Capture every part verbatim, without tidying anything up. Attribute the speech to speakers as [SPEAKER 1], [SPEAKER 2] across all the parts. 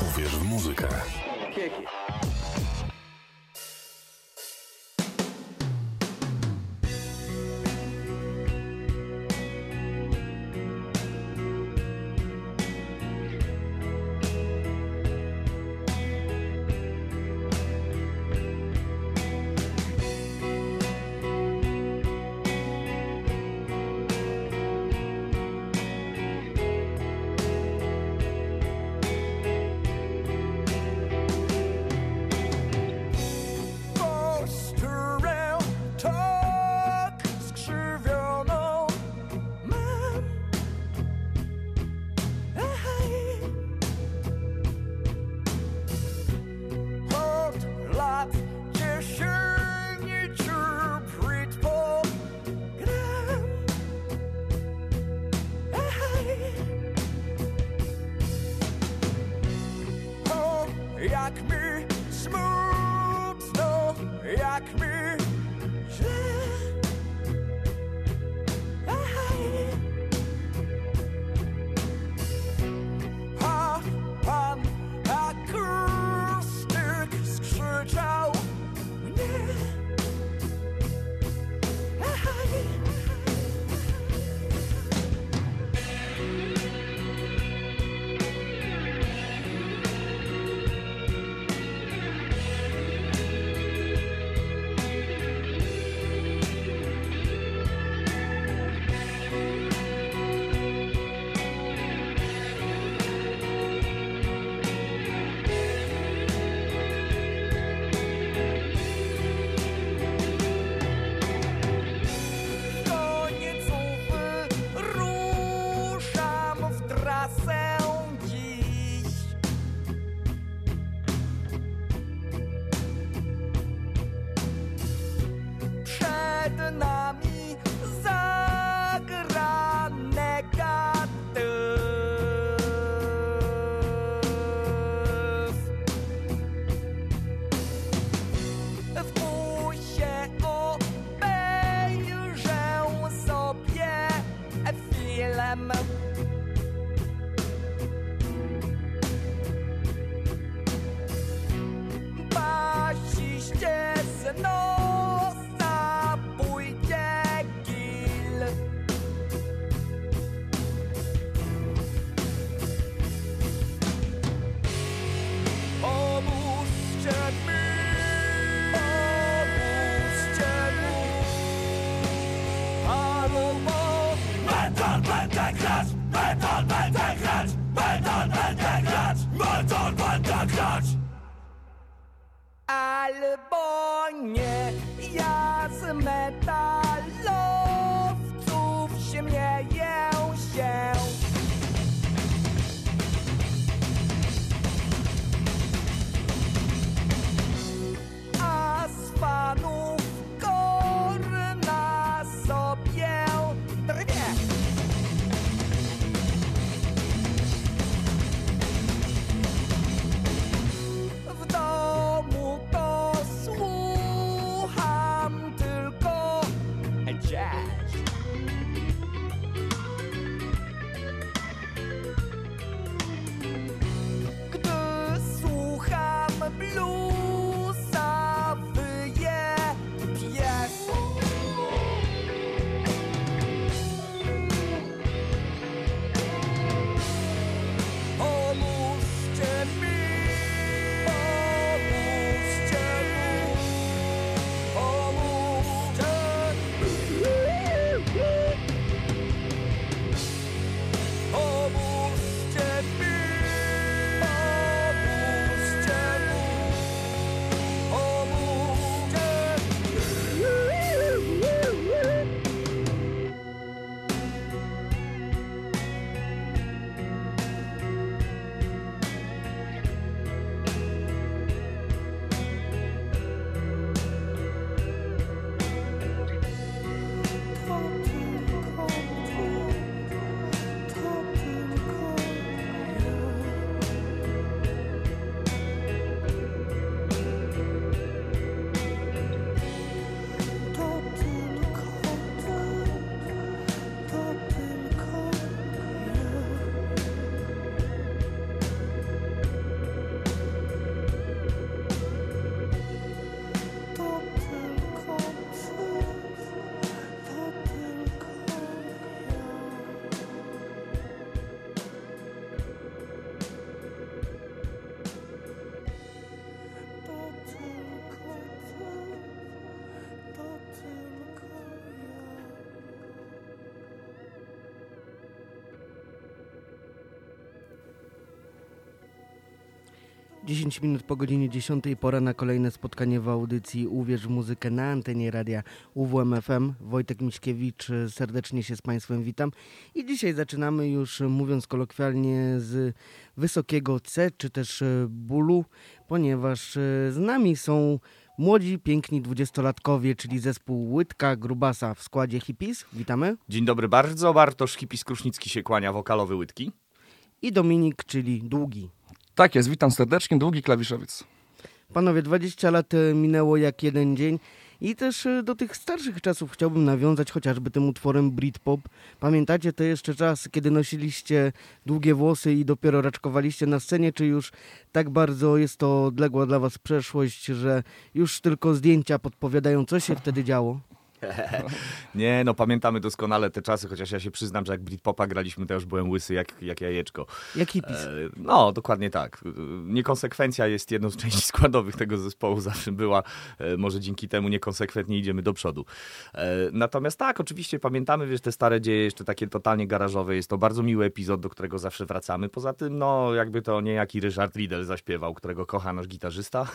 [SPEAKER 1] Uwierz w muzykę.
[SPEAKER 2] Kieki. Jak mi smutno, jak mi źle. A pan akustyk skrzyczał mnie. Przed nami zagra negatyw. W busie obejrzę sobie film. Basiście z nosa pójdzie
[SPEAKER 1] dziesięć minut po godzinie dziesiątej, pora na kolejne spotkanie w audycji Uwierz w muzykę na antenie radia U W M F M. Wojtek Miśkiewicz, serdecznie się z Państwem witam. I dzisiaj zaczynamy już, mówiąc kolokwialnie, z wysokiego C, czy też bólu, ponieważ z nami są młodzi, piękni dwudziestolatkowie, czyli zespół Łydka Grubasa w składzie Hippies. Witamy.
[SPEAKER 3] Dzień dobry bardzo, Bartosz Hippis-Krusznicki się kłania, wokalowy Łydki.
[SPEAKER 1] I Dominik, czyli Długi.
[SPEAKER 4] Tak jest, witam serdecznie, Długi Klawiszowiec.
[SPEAKER 1] Panowie, dwadzieścia lat minęło jak jeden dzień i też do tych starszych czasów chciałbym nawiązać chociażby tym utworem Britpop. Pamiętacie te jeszcze czasy, kiedy nosiliście długie włosy i dopiero raczkowaliście na scenie, czy już tak bardzo jest to odległa dla was przeszłość, że już tylko zdjęcia podpowiadają, co się wtedy działo?
[SPEAKER 3] Nie, no pamiętamy doskonale te czasy, chociaż ja się przyznam, że jak Britpopa graliśmy, to już byłem łysy jak, jak jajeczko.
[SPEAKER 1] Jak Hippies.
[SPEAKER 3] E, no, dokładnie tak. Niekonsekwencja jest jedną z części składowych tego zespołu, zawsze była. E, może dzięki temu niekonsekwentnie idziemy do przodu. E, natomiast tak, oczywiście pamiętamy, wiesz, te stare dzieje, jeszcze takie totalnie garażowe. Jest to bardzo miły epizod, do którego zawsze wracamy. Poza tym, no, jakby to niejaki Ryszard Riedel zaśpiewał, którego kocha nasz gitarzysta.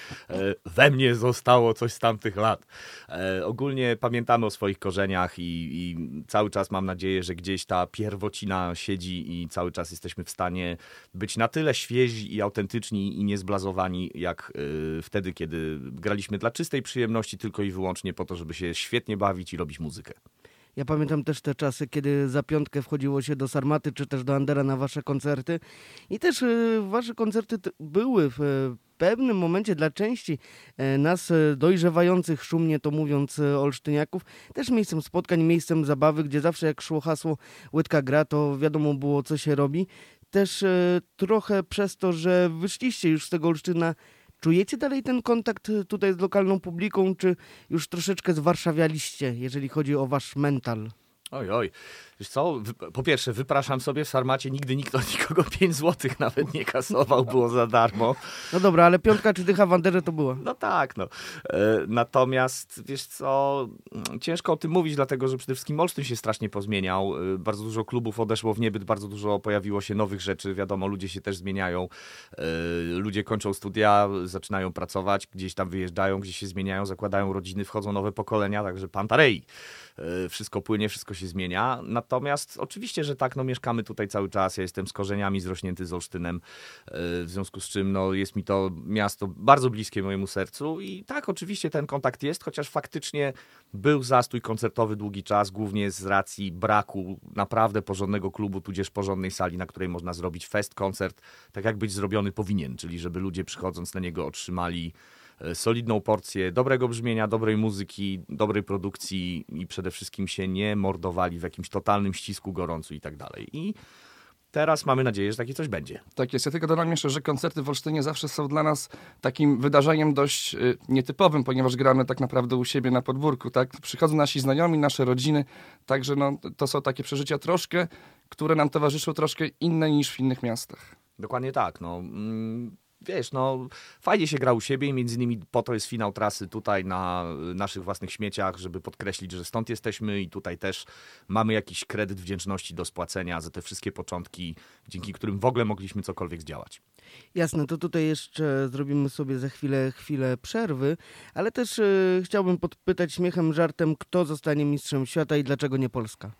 [SPEAKER 3] E, we mnie zostało coś z tamtych lat. E, ogólnie pamiętamy o swoich korzeniach i, i cały czas mam nadzieję, że gdzieś ta pierwocina siedzi i cały czas jesteśmy w stanie być na tyle świeżi i autentyczni i niezblazowani, jak y, wtedy, kiedy graliśmy dla czystej przyjemności tylko i wyłącznie po to, żeby się świetnie bawić i robić muzykę.
[SPEAKER 1] Ja pamiętam też te czasy, kiedy za piątkę wchodziło się do Sarmaty czy też do Andera na wasze koncerty i też y, wasze koncerty t- były w y, pewnym momencie dla części y, nas y, dojrzewających, szumnie to mówiąc, y, olsztyniaków, też miejscem spotkań, miejscem zabawy, gdzie zawsze jak szło hasło Łydka gra, to wiadomo było, co się robi. Też y, trochę przez to, że wyszliście już z tego Olsztyna, czujecie dalej ten kontakt tutaj z lokalną publiką, czy już troszeczkę zwarszawialiście, jeżeli chodzi o wasz mental?
[SPEAKER 3] Oj, oj. Wiesz co, wy, po pierwsze, wypraszam sobie, w Sarmacie nigdy nikt od nikogo pięć złotych nawet nie kasował, było za darmo.
[SPEAKER 1] No dobra, ale piątka czy dycha w Anderze to była.
[SPEAKER 3] No tak, no. E, natomiast, wiesz co, ciężko o tym mówić, dlatego, że przede wszystkim Olsztyn się strasznie pozmieniał. E, bardzo dużo klubów odeszło w niebyt, bardzo dużo pojawiło się nowych rzeczy. Wiadomo, ludzie się też zmieniają. E, ludzie kończą studia, zaczynają pracować, gdzieś tam wyjeżdżają, gdzieś się zmieniają, zakładają rodziny, wchodzą nowe pokolenia, także pantarei. E, wszystko płynie, wszystko się zmienia. Natomiast oczywiście, że tak, no mieszkamy tutaj cały czas, ja jestem z korzeniami zrośnięty z Olsztynem, w związku z czym no, jest mi to miasto bardzo bliskie mojemu sercu i tak, oczywiście ten kontakt jest, chociaż faktycznie był zastój koncertowy długi czas, głównie z racji braku naprawdę porządnego klubu, tudzież porządnej sali, na której można zrobić fest, koncert, tak jak być zrobiony powinien, czyli żeby ludzie przychodząc na niego otrzymali solidną porcję dobrego brzmienia, dobrej muzyki, dobrej produkcji i przede wszystkim się nie mordowali w jakimś totalnym ścisku, gorącu i tak dalej. I teraz mamy nadzieję, że takie coś będzie.
[SPEAKER 4] Tak jest. Ja tylko dodam jeszcze, że koncerty w Olsztynie zawsze są dla nas takim wydarzeniem dość y, nietypowym, ponieważ gramy tak naprawdę u siebie na podwórku. Tak? Przychodzą nasi znajomi, nasze rodziny, także no, to są takie przeżycia troszkę, które nam towarzyszą troszkę inne niż w innych miastach.
[SPEAKER 3] Dokładnie tak. No. Mm. Wiesz, no fajnie się gra u siebie i między innymi po to jest finał trasy tutaj na naszych własnych śmieciach, żeby podkreślić, że stąd jesteśmy i tutaj też mamy jakiś kredyt wdzięczności do spłacenia za te wszystkie początki, dzięki którym w ogóle mogliśmy cokolwiek zdziałać.
[SPEAKER 1] Jasne, to tutaj jeszcze zrobimy sobie za chwilę chwilę przerwy, ale też y, chciałbym podpytać śmiechem, żartem, kto zostanie mistrzem świata i dlaczego nie Polska?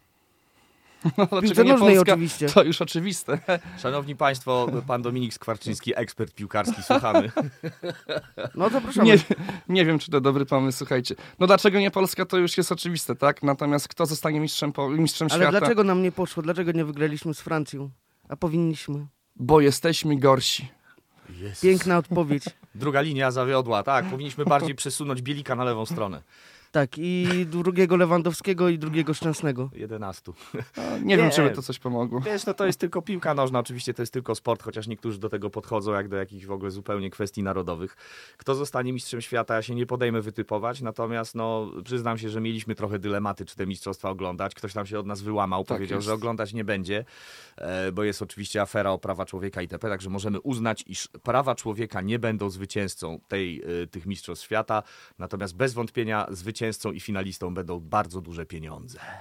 [SPEAKER 4] No, dlaczego nie Polska? Oczywiście. To już oczywiste.
[SPEAKER 3] Szanowni Państwo, pan Dominik Skwarczyński, ekspert piłkarski, słuchamy.
[SPEAKER 1] No zapraszamy.
[SPEAKER 4] Nie, nie wiem, czy to dobry pomysł, słuchajcie. No dlaczego nie Polska, to już jest oczywiste, tak? Natomiast kto zostanie mistrzem, po, mistrzem
[SPEAKER 1] Ale
[SPEAKER 4] świata?
[SPEAKER 1] Ale dlaczego nam nie poszło? Dlaczego nie wygraliśmy z Francją? A powinniśmy.
[SPEAKER 4] Bo jesteśmy gorsi.
[SPEAKER 3] Jezus.
[SPEAKER 1] Piękna odpowiedź.
[SPEAKER 3] Druga linia zawiodła, tak. Powinniśmy bardziej przesunąć Bielika na lewą stronę.
[SPEAKER 1] Tak, i drugiego Lewandowskiego i drugiego Szczęsnego.
[SPEAKER 3] jedenastu.
[SPEAKER 4] No, nie, nie wiem, czy by to coś pomogło.
[SPEAKER 3] Wiesz, no to jest tylko piłka nożna, oczywiście to jest tylko sport, chociaż niektórzy do tego podchodzą jak do jakichś w ogóle zupełnie kwestii narodowych. Kto zostanie mistrzem świata, ja się nie podejmę wytypować, natomiast no przyznam się, że mieliśmy trochę dylematy, czy te mistrzostwa oglądać. Ktoś tam się od nas wyłamał, tak powiedział, jest. że oglądać nie będzie, bo jest oczywiście afera o prawa człowieka itp., także możemy uznać, iż prawa człowieka nie będą zwycięzcą tej, tych mistrzostw świata, natomiast bez wątpienia zwycięzcą i finalistą będą bardzo duże pieniądze.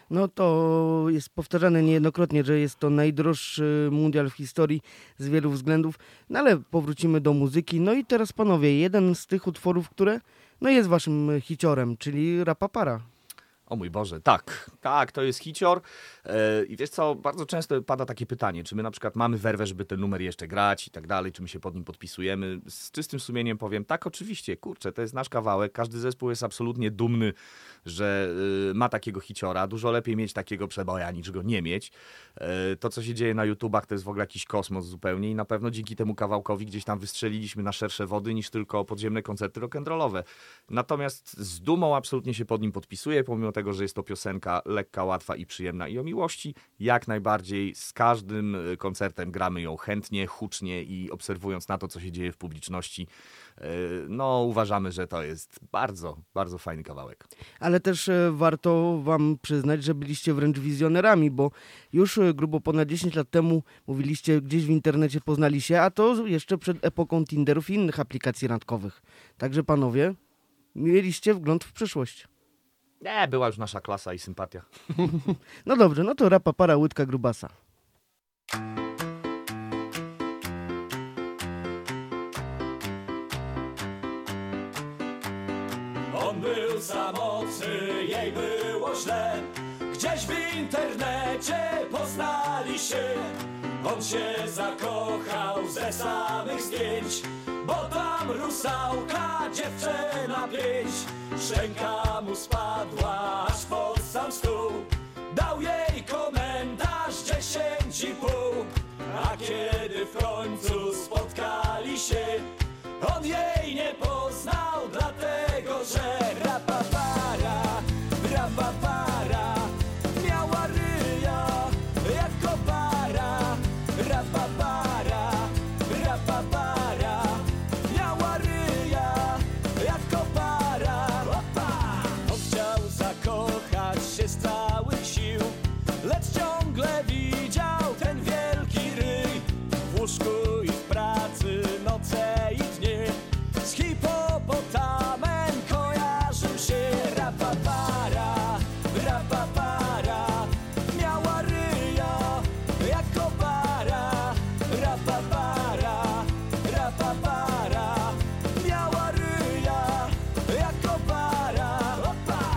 [SPEAKER 1] No to jest powtarzane niejednokrotnie, że jest to najdroższy mundial w historii z wielu względów. No ale powrócimy do muzyki. No i teraz panowie, jeden z tych utworów, które no jest waszym hiciorem, czyli Rapapara.
[SPEAKER 3] O mój Boże, tak, tak, to jest hicior e, i wiesz co, bardzo często pada takie pytanie, czy my na przykład mamy werwę, żeby ten numer jeszcze grać i tak dalej, czy my się pod nim podpisujemy. Z czystym sumieniem powiem, tak, oczywiście, kurczę, to jest nasz kawałek, każdy zespół jest absolutnie dumny, że y, ma takiego hiciora, dużo lepiej mieć takiego przeboja, niż go nie mieć. E, to, co się dzieje na YouTubach, to jest w ogóle jakiś kosmos zupełnie i na pewno dzięki temu kawałkowi gdzieś tam wystrzeliliśmy na szersze wody, niż tylko podziemne koncerty rock'n'rollowe. Natomiast z dumą absolutnie się pod nim podpisuję, pomimo tego, że jest to piosenka lekka, łatwa i przyjemna i o miłości. Jak najbardziej z każdym koncertem gramy ją chętnie, hucznie i obserwując na to, co się dzieje w publiczności, no uważamy, że to jest bardzo, bardzo fajny kawałek.
[SPEAKER 1] Ale też warto wam przyznać, że byliście wręcz wizjonerami, bo już grubo ponad dziesięć lat temu mówiliście, gdzieś w internecie poznali się, a to jeszcze przed epoką Tinderów i innych aplikacji randkowych. Także panowie, mieliście wgląd w przyszłość.
[SPEAKER 3] Nie, była już nasza klasa i sympatia.
[SPEAKER 1] No dobrze, no to Rapapara, łydka grubasa.
[SPEAKER 5] On był samotny, jej było źle. Gdzieś w internecie poznali się. On się zakochał ze samych zdjęć, bo tam rusałka, dziewczyna pięć. Szczęka mu spadła aż pod sam stół. Dał jej komentarz dziesięć i pół. A kiedy w końcu spotkali się, on jej nie poznał, dlatego że rapapara, rapapara miała ryja jak kopara. Rapapara, rapapara miała ryja jak kopara. On chciał zakochać się z całych sił, lecz ciągle widział ten wielki ryj. W łóżku i w pracy noce i dnie z hipopotamem kojarzył się. Rapapara, rapapara miała ryja jak kopara. Rapapara, rapapara miała ryja jak kopara. Opa!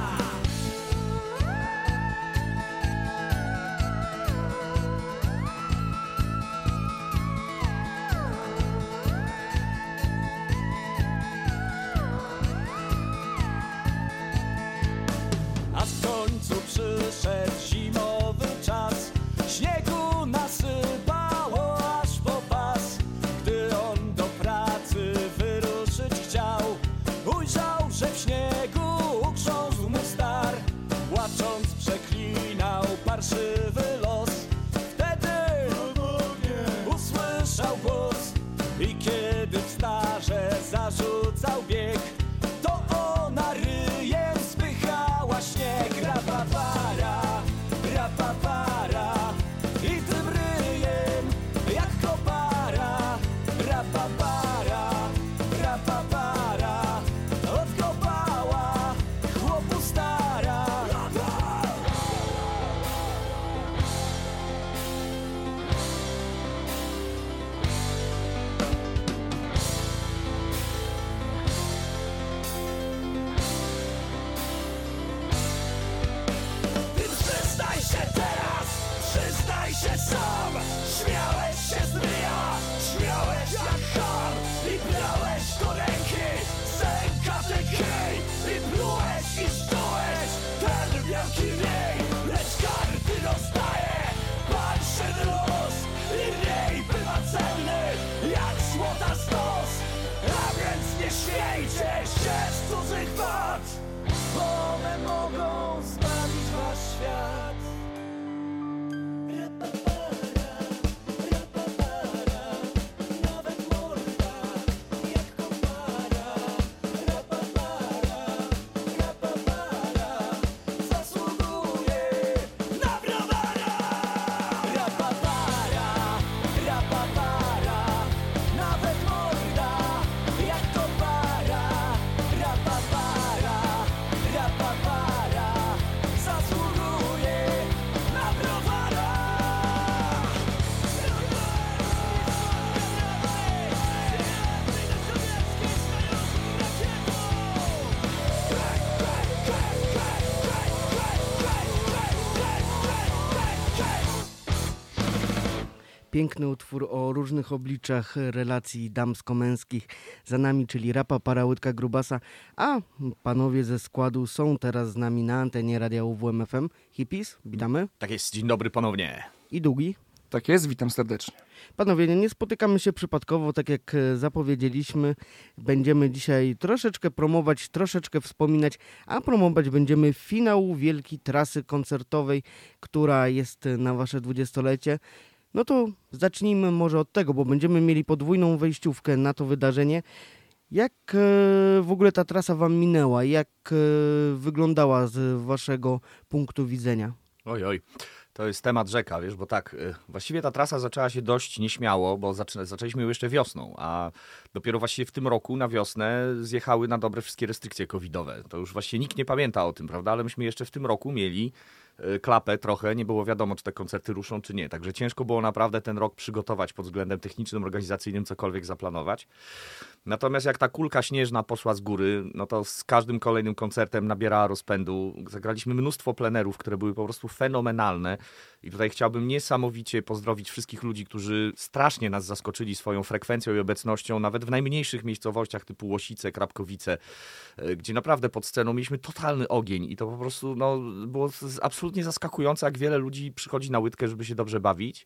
[SPEAKER 5] A w końcu przyszedł zimowy czas. Śniegu nasypało aż po pas. Gdy on do pracy wyruszyć chciał, ujrzał, że w śniegu ugrzązł mu star. Płacząc przeklinał parszywy los. Wtedy usłyszał głos i kiedy w starze zarzucał bieg, to ona ryjem spychała śnieg. Rapapara, rapapara i tym ryjem jak kopara. Rapapara, rapapara odkopała chłopu stara.
[SPEAKER 1] piękny utwór o różnych obliczach relacji damsko-męskich za nami, czyli Rapa, Para, Łydka, Grubasa, a panowie ze składu są teraz z nami na antenie Radia U W M F M. Hippies, witamy.
[SPEAKER 3] Tak jest, dzień dobry ponownie.
[SPEAKER 1] I Długi.
[SPEAKER 4] Tak jest, witam serdecznie.
[SPEAKER 1] Panowie, nie spotykamy się przypadkowo, tak jak zapowiedzieliśmy. Będziemy dzisiaj troszeczkę promować, troszeczkę wspominać, a promować będziemy finał wielkiej trasy koncertowej, która jest na wasze dwudziestolecie. No to zacznijmy może od tego, bo będziemy mieli podwójną wejściówkę na to wydarzenie. Jak w ogóle ta trasa wam minęła? Jak wyglądała z waszego punktu widzenia?
[SPEAKER 3] Oj, oj. To jest temat rzeka, wiesz, bo tak, właściwie ta trasa zaczęła się dość nieśmiało, bo zaczę, zaczęliśmy ją jeszcze wiosną, a dopiero właściwie w tym roku na wiosnę zjechały na dobre wszystkie restrykcje covidowe. To już właściwie nikt nie pamięta o tym, prawda, ale myśmy jeszcze w tym roku mieli klapę trochę, nie było wiadomo, czy te koncerty ruszą, czy nie. Także ciężko było naprawdę ten rok przygotować pod względem technicznym, organizacyjnym, cokolwiek zaplanować. Natomiast jak ta kulka śnieżna poszła z góry, no to z każdym kolejnym koncertem nabierała rozpędu. Zagraliśmy mnóstwo plenerów, które były po prostu fenomenalne. I tutaj chciałbym niesamowicie pozdrowić wszystkich ludzi, którzy strasznie nas zaskoczyli swoją frekwencją i obecnością, nawet w najmniejszych miejscowościach typu Łosice, Krapkowice, gdzie naprawdę pod sceną mieliśmy totalny ogień i to po prostu no, było absolutnie zaskakujące, jak wiele ludzi przychodzi na łydkę, żeby się dobrze bawić.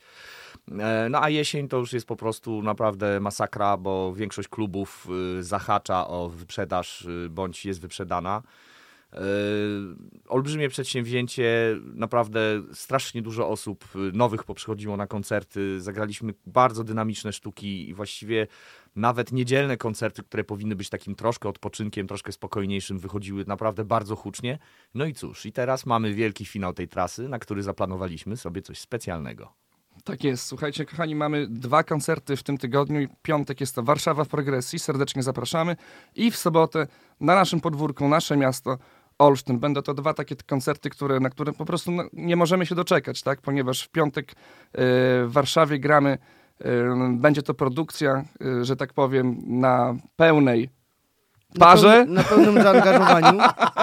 [SPEAKER 3] No a jesień to już jest po prostu naprawdę masakra, bo większość klubów zahacza o wyprzedaż bądź jest wyprzedana. Yy, olbrzymie przedsięwzięcie, naprawdę strasznie dużo osób nowych poprzychodziło na koncerty, zagraliśmy bardzo dynamiczne sztuki i właściwie nawet niedzielne koncerty, które powinny być takim troszkę odpoczynkiem, troszkę spokojniejszym, wychodziły naprawdę bardzo hucznie. No i cóż, i teraz mamy wielki finał tej trasy, na który zaplanowaliśmy sobie coś specjalnego.
[SPEAKER 4] Tak jest, słuchajcie kochani, mamy dwa koncerty w tym tygodniu i piątek jest to Warszawa w progresji, serdecznie zapraszamy i w sobotę na naszym podwórku, nasze miasto Olsztyn. Będą to dwa takie koncerty, które, na które po prostu no, nie możemy się doczekać, tak? Ponieważ w piątek yy, w Warszawie gramy, yy, będzie to produkcja, yy, że tak powiem, na pełnej parze.
[SPEAKER 1] Na, peł- na pełnym zaangażowaniu.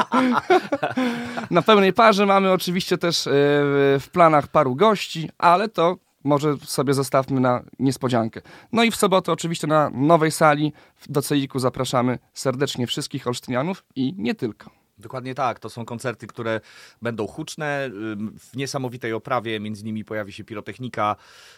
[SPEAKER 4] Na pełnej parze mamy oczywiście też yy, w planach paru gości, ale to może sobie zostawmy na niespodziankę. No i w sobotę oczywiście na nowej sali do Ceiku zapraszamy serdecznie wszystkich olsztynianów i nie tylko.
[SPEAKER 3] Dokładnie tak, to są koncerty, które będą huczne, w niesamowitej oprawie, między nimi pojawi się pirotechnika,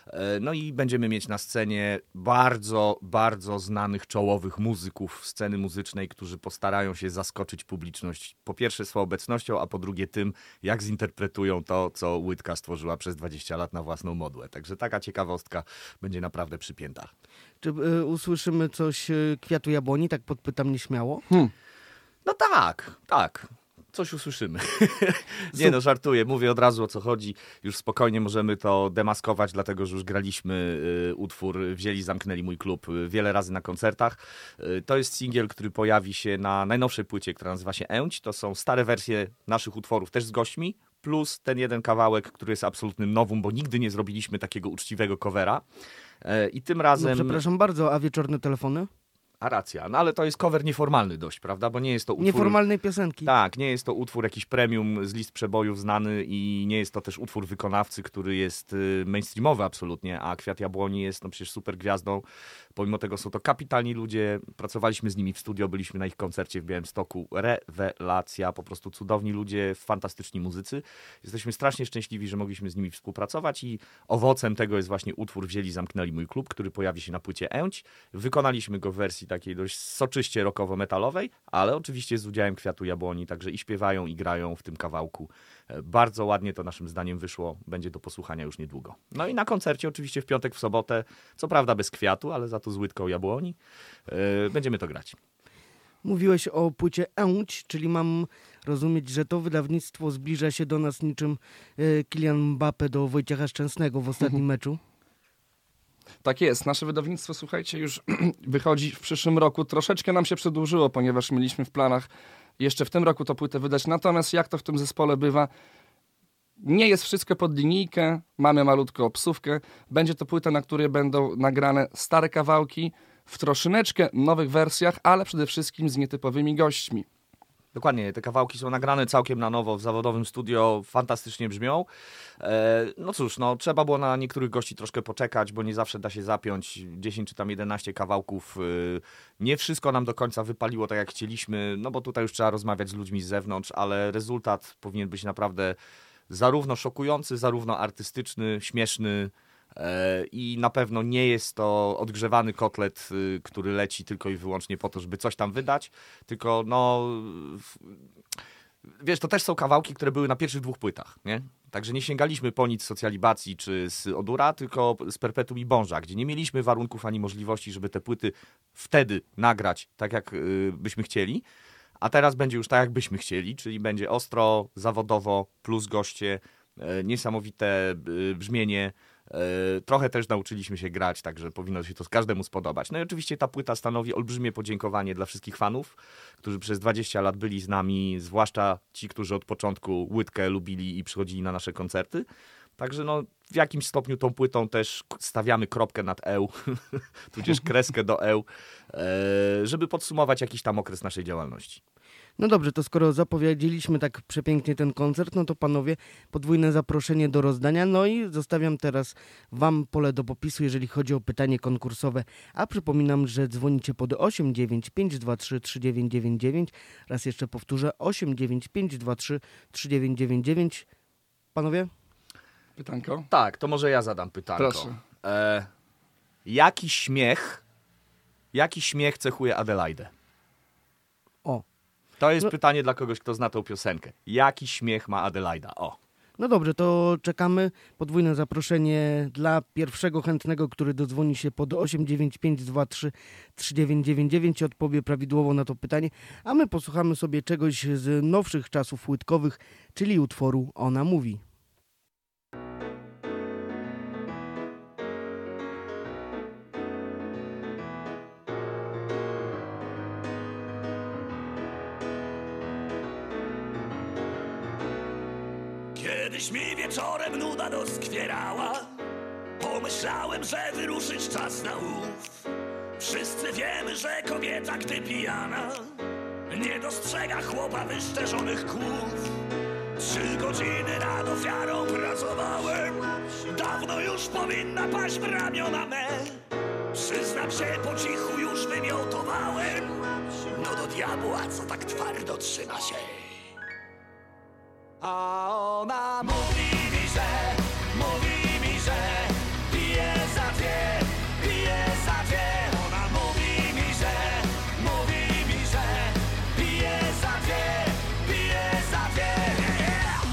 [SPEAKER 3] no i będziemy mieć na scenie bardzo, bardzo znanych czołowych muzyków sceny muzycznej, którzy postarają się zaskoczyć publiczność po pierwsze swoją obecnością, a po drugie tym, jak zinterpretują to, co Łydka stworzyła przez dwadzieścia lat na własną modłę. Także taka ciekawostka będzie naprawdę przypięta.
[SPEAKER 1] Czy y, usłyszymy coś y, Kwiatu Jabłoni? Tak podpytam nieśmiało.
[SPEAKER 4] Hmm.
[SPEAKER 3] No tak, tak. Coś usłyszymy. Nie no, żartuję. Mówię od razu, o co chodzi. Już spokojnie możemy to demaskować, dlatego że już graliśmy y, utwór Wzięli, zamknęli mój klub y, wiele razy na koncertach. Y, to jest singiel, który pojawi się na najnowszej płycie, która nazywa się Ełć. To są stare wersje naszych utworów, też z gośćmi, plus ten jeden kawałek, który jest absolutnym nowum, bo nigdy nie zrobiliśmy takiego uczciwego covera. Y, I tym razem...
[SPEAKER 1] No, przepraszam bardzo, a wieczorne telefony?
[SPEAKER 3] A racja, no ale to jest cover nieformalny dość, prawda? Bo nie jest to utwór...
[SPEAKER 1] Nieformalnej piosenki.
[SPEAKER 3] Tak, nie jest to utwór jakiś premium z list przebojów znany i nie jest to też utwór wykonawcy, który jest mainstreamowy absolutnie, a Kwiat Jabłoni jest no przecież super gwiazdą. Pomimo tego są to kapitalni ludzie, pracowaliśmy z nimi w studio, byliśmy na ich koncercie w Białymstoku. Rewelacja, po prostu cudowni ludzie, fantastyczni muzycy. Jesteśmy strasznie szczęśliwi, że mogliśmy z nimi współpracować i owocem tego jest właśnie utwór Wzięli, zamknęli mój klub, który pojawi się na płycie Ełć. Wykonaliśmy go w wersji takiej dość soczyście rockowo-metalowej, ale oczywiście z udziałem Kwiatu Jabłoni, także i śpiewają, i grają w tym kawałku. Bardzo ładnie to naszym zdaniem wyszło, będzie do posłuchania już niedługo. No i na koncercie oczywiście w piątek, w sobotę, co prawda bez Kwiatu, ale za to z Łydką Jabłoni, yy, będziemy to grać.
[SPEAKER 1] Mówiłeś o płycie Ełć, czyli mam rozumieć, że to wydawnictwo zbliża się do nas niczym y, Kylian Mbappé do Wojciecha Szczęsnego w ostatnim meczu.
[SPEAKER 4] Tak jest, nasze wydawnictwo, słuchajcie, już wychodzi w przyszłym roku. Troszeczkę nam się przedłużyło, ponieważ mieliśmy w planach jeszcze w tym roku tę płytę wydać. Natomiast jak to w tym zespole bywa, nie jest wszystko pod linijkę, mamy malutką obsówkę. Będzie to płyta, na której będą nagrane stare kawałki w troszeczkę nowych wersjach, ale przede wszystkim z nietypowymi gośćmi.
[SPEAKER 3] Dokładnie, te kawałki są nagrane całkiem na nowo w zawodowym studio, fantastycznie brzmią. E, no cóż, no, trzeba było na niektórych gości troszkę poczekać, bo nie zawsze da się zapiąć dziesięć czy tam jedenaście kawałków. E, nie wszystko nam do końca wypaliło tak jak chcieliśmy, no bo tutaj już trzeba rozmawiać z ludźmi z zewnątrz, ale rezultat powinien być naprawdę zarówno szokujący, zarówno artystyczny, śmieszny. I na pewno nie jest to odgrzewany kotlet, który leci tylko i wyłącznie po to, żeby coś tam wydać, tylko no... Wiesz, to też są kawałki, które były na pierwszych dwóch płytach, nie? Także nie sięgaliśmy po nic z Socjalibacji czy z Odura, tylko z Perpetuum i Bonża, gdzie nie mieliśmy warunków ani możliwości, żeby te płyty wtedy nagrać tak, jak byśmy chcieli. A teraz będzie już tak, jak byśmy chcieli, czyli będzie ostro, zawodowo, plus goście, niesamowite brzmienie. Trochę też nauczyliśmy się grać, także powinno się to każdemu spodobać. No i oczywiście ta płyta stanowi olbrzymie podziękowanie dla wszystkich fanów, którzy przez dwadzieścia lat byli z nami, zwłaszcza ci, którzy od początku Łydkę lubili i przychodzili na nasze koncerty. Także no, w jakimś stopniu tą płytą też stawiamy kropkę nad eł, tudzież kreskę do eł, żeby podsumować jakiś tam okres naszej działalności.
[SPEAKER 1] No dobrze, to skoro zapowiedzieliśmy tak przepięknie ten koncert, no to panowie, podwójne zaproszenie do rozdania. No i zostawiam teraz wam pole do popisu, jeżeli chodzi o pytanie konkursowe. A przypominam, że dzwonicie pod osiem dziewięć pięć dwa trzy trzy dziewięć dziewięć dziewięć. Raz jeszcze powtórzę, osiem dziewięć pięć dwa trzy trzy dziewięć dziewięć dziewięć. Panowie?
[SPEAKER 4] Pytanko?
[SPEAKER 3] Tak, to może ja zadam pytanko.
[SPEAKER 4] Proszę.
[SPEAKER 3] E, jaki śmiech, jaki śmiech cechuje Adelaidę?
[SPEAKER 1] O.
[SPEAKER 3] To jest
[SPEAKER 1] No.
[SPEAKER 3] pytanie dla kogoś, kto zna tą piosenkę. Jaki śmiech ma Adelaida? O.
[SPEAKER 1] No dobrze, to czekamy. Podwójne zaproszenie dla pierwszego chętnego, który dodzwoni się pod osiem dziewięć pięć dwa trzy trzy dziewięć dziewięć dziewięć i odpowie prawidłowo na to pytanie. A my posłuchamy sobie czegoś z nowszych czasów łydkowych, czyli utworu Ona mówi.
[SPEAKER 5] Kiedyś mi wieczorem nuda doskwierała. Pomyślałem, że wyruszyć czas na ów. Wszyscy wiemy, że kobieta, gdy pijana, nie dostrzega chłopa wyszczerzonych kłów. Trzy godziny nad ofiarą pracowałem. Dawno już powinna paść w ramiona me. Przyznam się, po cichu już wymiotowałem. No do diabła, co tak twardo trzyma się. A ona mówi mi, że, mówi mi, że pije za dwie, pije za dwie. Ona mówi mi, że, mówi mi, że pije za dwie, pije za dwie. Yeah!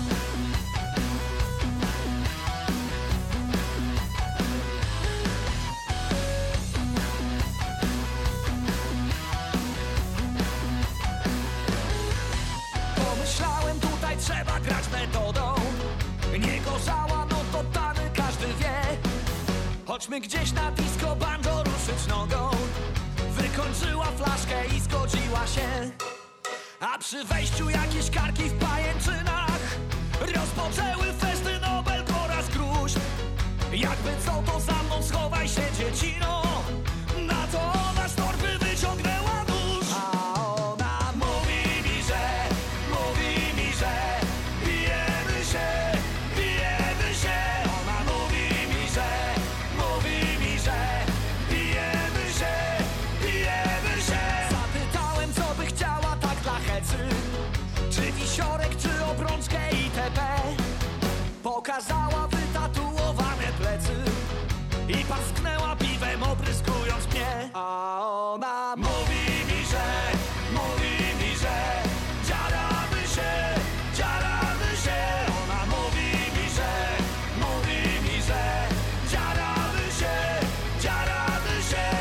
[SPEAKER 5] Pomyślałem, tutaj trzeba grać metodą. Nie gorzała, no to tany każdy wie. Chodźmy gdzieś na disco banjo ruszyć nogą. Wykończyła flaszkę i zgodziła się. A przy wejściu jakieś karki w pajęczynach rozpoczęły festyn Nobel oraz gruźb. Jakby co, to za mną schowaj się, dziecino. Na to ona z torby wyciągnęła nóż. A ona mówi mi, że, mówi mi, że bijemy się, bijemy się. Ona mówi mi, że, mówi mi, że bijemy się, bijemy się. Zapytałem, co by chciała tak dla hecy. Czy wisiorek, czy obrączkę itp. Pokazała wytatuowane plecy i parsknęła piwem, opryskując mnie. A ona mówi mi, że, mówi mi, że dziaramy się, dziaramy się. Ona mówi mi, że, mówi mi, że dziaramy się, dziaramy się.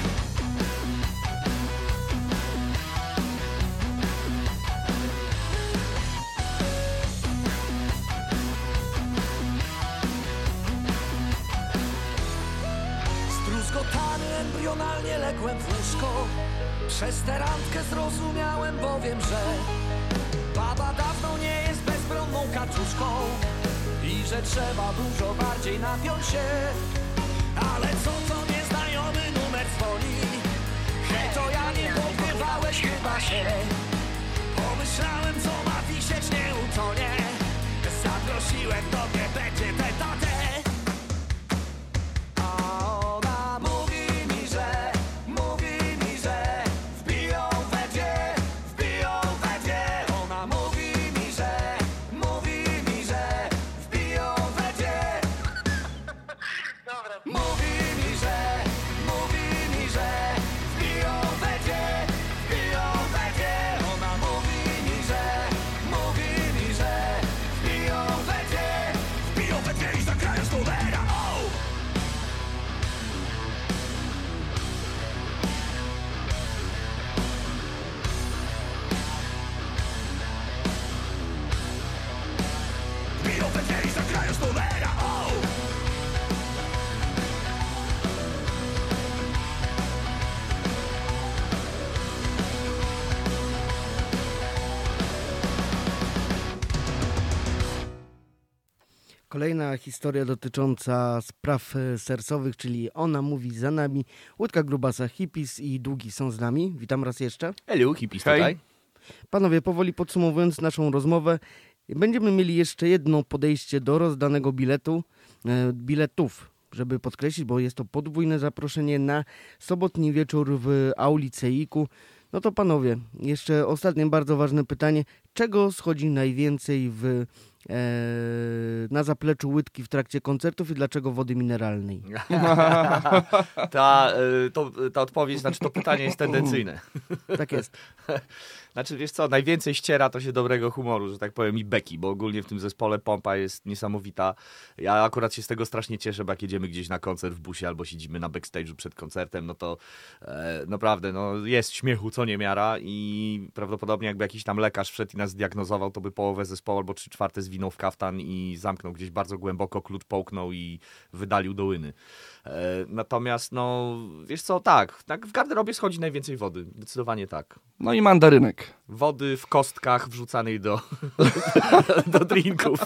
[SPEAKER 5] Zdruzgotany embrionalnie ległem w łóżko. Przez tę randkę zrozumiałem bowiem, że baba dawno nie jest bezbronną kaczuszką i że trzeba dużo bardziej napiąć się. Ale co to nieznajomy numer dzwoni? Hej, to ja nie podgrywałeś chyba się. Pomyślałem,
[SPEAKER 1] Kolejna historia dotycząca spraw e, sercowych, czyli Ona mówi za nami. Łódka Grubasa, Hippies i Długi są z nami. Witam raz jeszcze.
[SPEAKER 3] Elu, Hippies
[SPEAKER 4] Hej.
[SPEAKER 3] tutaj.
[SPEAKER 1] Panowie, powoli podsumowując naszą rozmowę, będziemy mieli jeszcze jedno podejście do rozdanego biletu, e, biletów, żeby podkreślić, bo jest to podwójne zaproszenie na sobotni wieczór w auli Ceiku. No to panowie, jeszcze ostatnie bardzo ważne pytanie. Czego schodzi najwięcej w, e, na zapleczu łydki w trakcie koncertów i dlaczego wody mineralnej?
[SPEAKER 3] Ta, y, to, ta odpowiedź, znaczy to pytanie jest tendencyjne.
[SPEAKER 1] Tak jest.
[SPEAKER 3] Znaczy, wiesz co, najwięcej ściera to się dobrego humoru, że tak powiem, i beki, bo ogólnie w tym zespole pompa jest niesamowita. Ja akurat się z tego strasznie cieszę, bo jak jedziemy gdzieś na koncert w busie albo siedzimy na backstage'u przed koncertem, no to e, naprawdę, no jest śmiechu co niemiara i prawdopodobnie jakby jakiś tam lekarz wszedł i nas zdiagnozował, to by połowę zespołu albo trzy czwarte zwinął w kaftan i zamknął gdzieś bardzo głęboko, klucz połknął i wydalił do łyny. E, natomiast, no, wiesz co, tak, tak, w garderobie schodzi najwięcej wody, zdecydowanie tak.
[SPEAKER 4] No i mandarynek.
[SPEAKER 3] Wody w kostkach wrzucanej do, do drinków.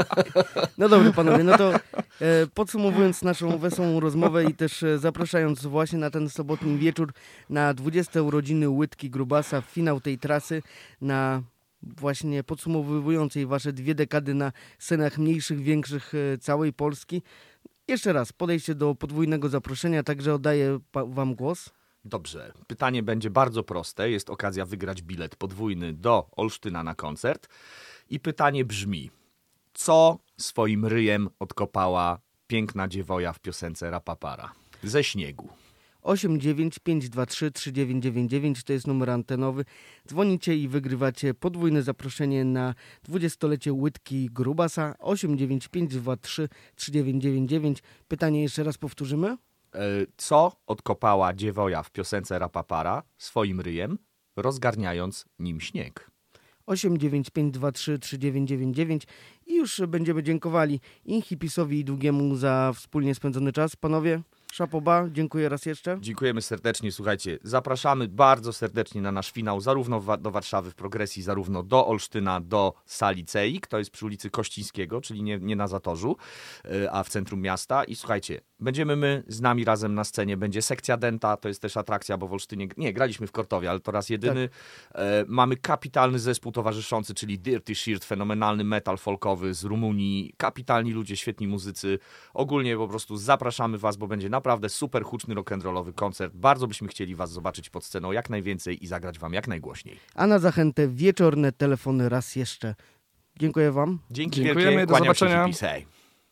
[SPEAKER 1] No dobrze panowie, no to e, podsumowując naszą wesołą rozmowę i też e, zapraszając właśnie na ten sobotni wieczór na dwudzieste urodziny Łydki Grubasa, finał tej trasy, na właśnie podsumowującej wasze dwie dekady na scenach mniejszych, większych e, całej Polski. Jeszcze raz, podejście do podwójnego zaproszenia, także oddaję pa- wam głos.
[SPEAKER 3] Dobrze, pytanie będzie bardzo proste. Jest okazja wygrać bilet podwójny do Olsztyna na koncert. I pytanie brzmi, co swoim ryjem odkopała piękna dziewoja w piosence Rapapara? Ze śniegu.
[SPEAKER 1] osiem dziewięć pięć dwa trzy trzy dziewięć dziewięć dziewięć to jest numer antenowy. Dzwonicie i wygrywacie podwójne zaproszenie na dwudziestolecie Łydki Grubasa. osiem dziewięć pięć dwa trzy trzy dziewięć dziewięć dziewięć. Pytanie jeszcze raz powtórzymy.
[SPEAKER 3] Co odkopała dziewoja w piosence Rapapara swoim ryjem, rozgarniając nim śnieg?
[SPEAKER 1] osiem dziewięć pięć dwa trzy trzy dziewięć dziewięć dziewięć i już będziemy dziękowali i Hippisowi i Długiemu za wspólnie spędzony czas. Panowie, szapoba, dziękuję raz jeszcze.
[SPEAKER 3] Dziękujemy serdecznie. Słuchajcie, zapraszamy bardzo serdecznie na nasz finał, zarówno w, do Warszawy w Progresji, zarówno do Olsztyna, do sali Ceik. To jest przy ulicy Kościńskiego, czyli nie, nie na Zatorzu, yy, a w centrum miasta. I słuchajcie, będziemy my z nami razem na scenie. Będzie sekcja Denta, to jest też atrakcja, bo w Olsztynie, nie, graliśmy w Kortowie, ale to raz jedyny. Tak. Yy, mamy kapitalny zespół towarzyszący, czyli Dirty Shirt, fenomenalny metal folkowy z Rumunii. Kapitalni ludzie, świetni muzycy. Ogólnie po prostu zapraszamy was, bo będzie naprawdę super huczny rock'n'rollowy koncert. Bardzo byśmy chcieli was zobaczyć pod sceną jak najwięcej i zagrać wam jak najgłośniej.
[SPEAKER 1] A na zachętę wieczorne telefony raz jeszcze. Dziękuję wam.
[SPEAKER 3] Dzięki
[SPEAKER 4] Dziękujemy,
[SPEAKER 3] wielkie.
[SPEAKER 4] do
[SPEAKER 3] Kłaniam się,
[SPEAKER 4] zobaczenia.
[SPEAKER 3] hippies, hej.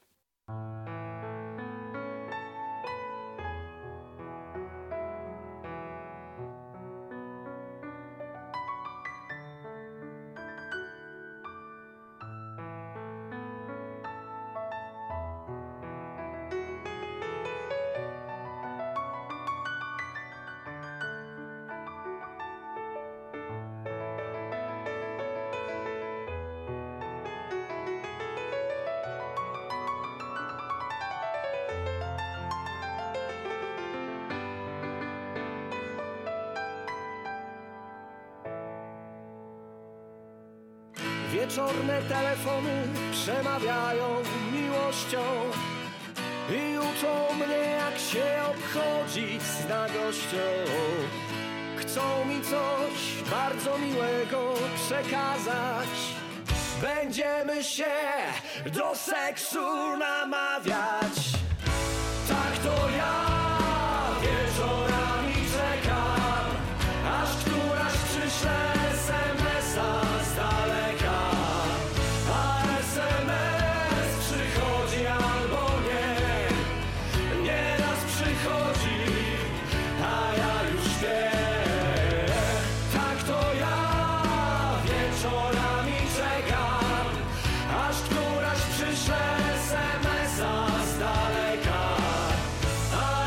[SPEAKER 5] Wieczorne telefony przemawiają miłością i uczą mnie, jak się obchodzić z nagością. Chcą mi coś bardzo miłego przekazać. Będziemy się do seksu namawiać. Tak to ja wieczorami czekam, aż któraś przyszle es em es-a z daleka. A es em es przychodzi albo nie, nieraz przychodzi, a ja już wiem. Tak to ja wieczorami czekam, aż któraś przyszle es em es-a z daleka. A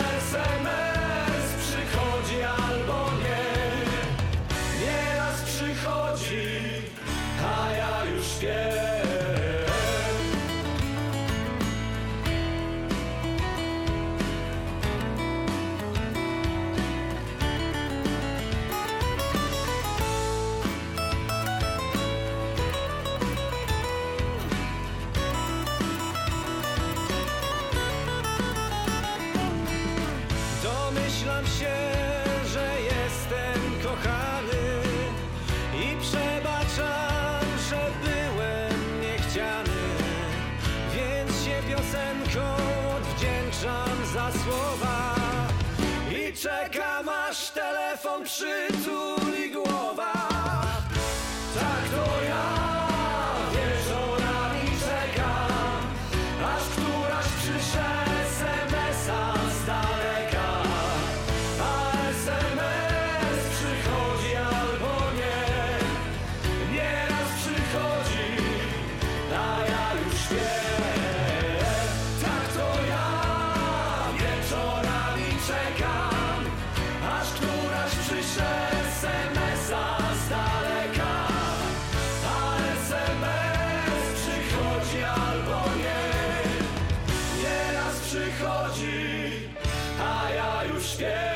[SPEAKER 5] aż telefon przytuli głowa. Tak to ja wieczorami czekam, aż któraś przyszedł es em es-a z daleka. A es em es przychodzi albo nie, nieraz przychodzi, a ja już wiem. Tak to ja wieczorami czekam, aż któraś przyszedł es em es-a z daleka. A es em es przychodzi albo nie, nieraz przychodzi, a ja już wiem.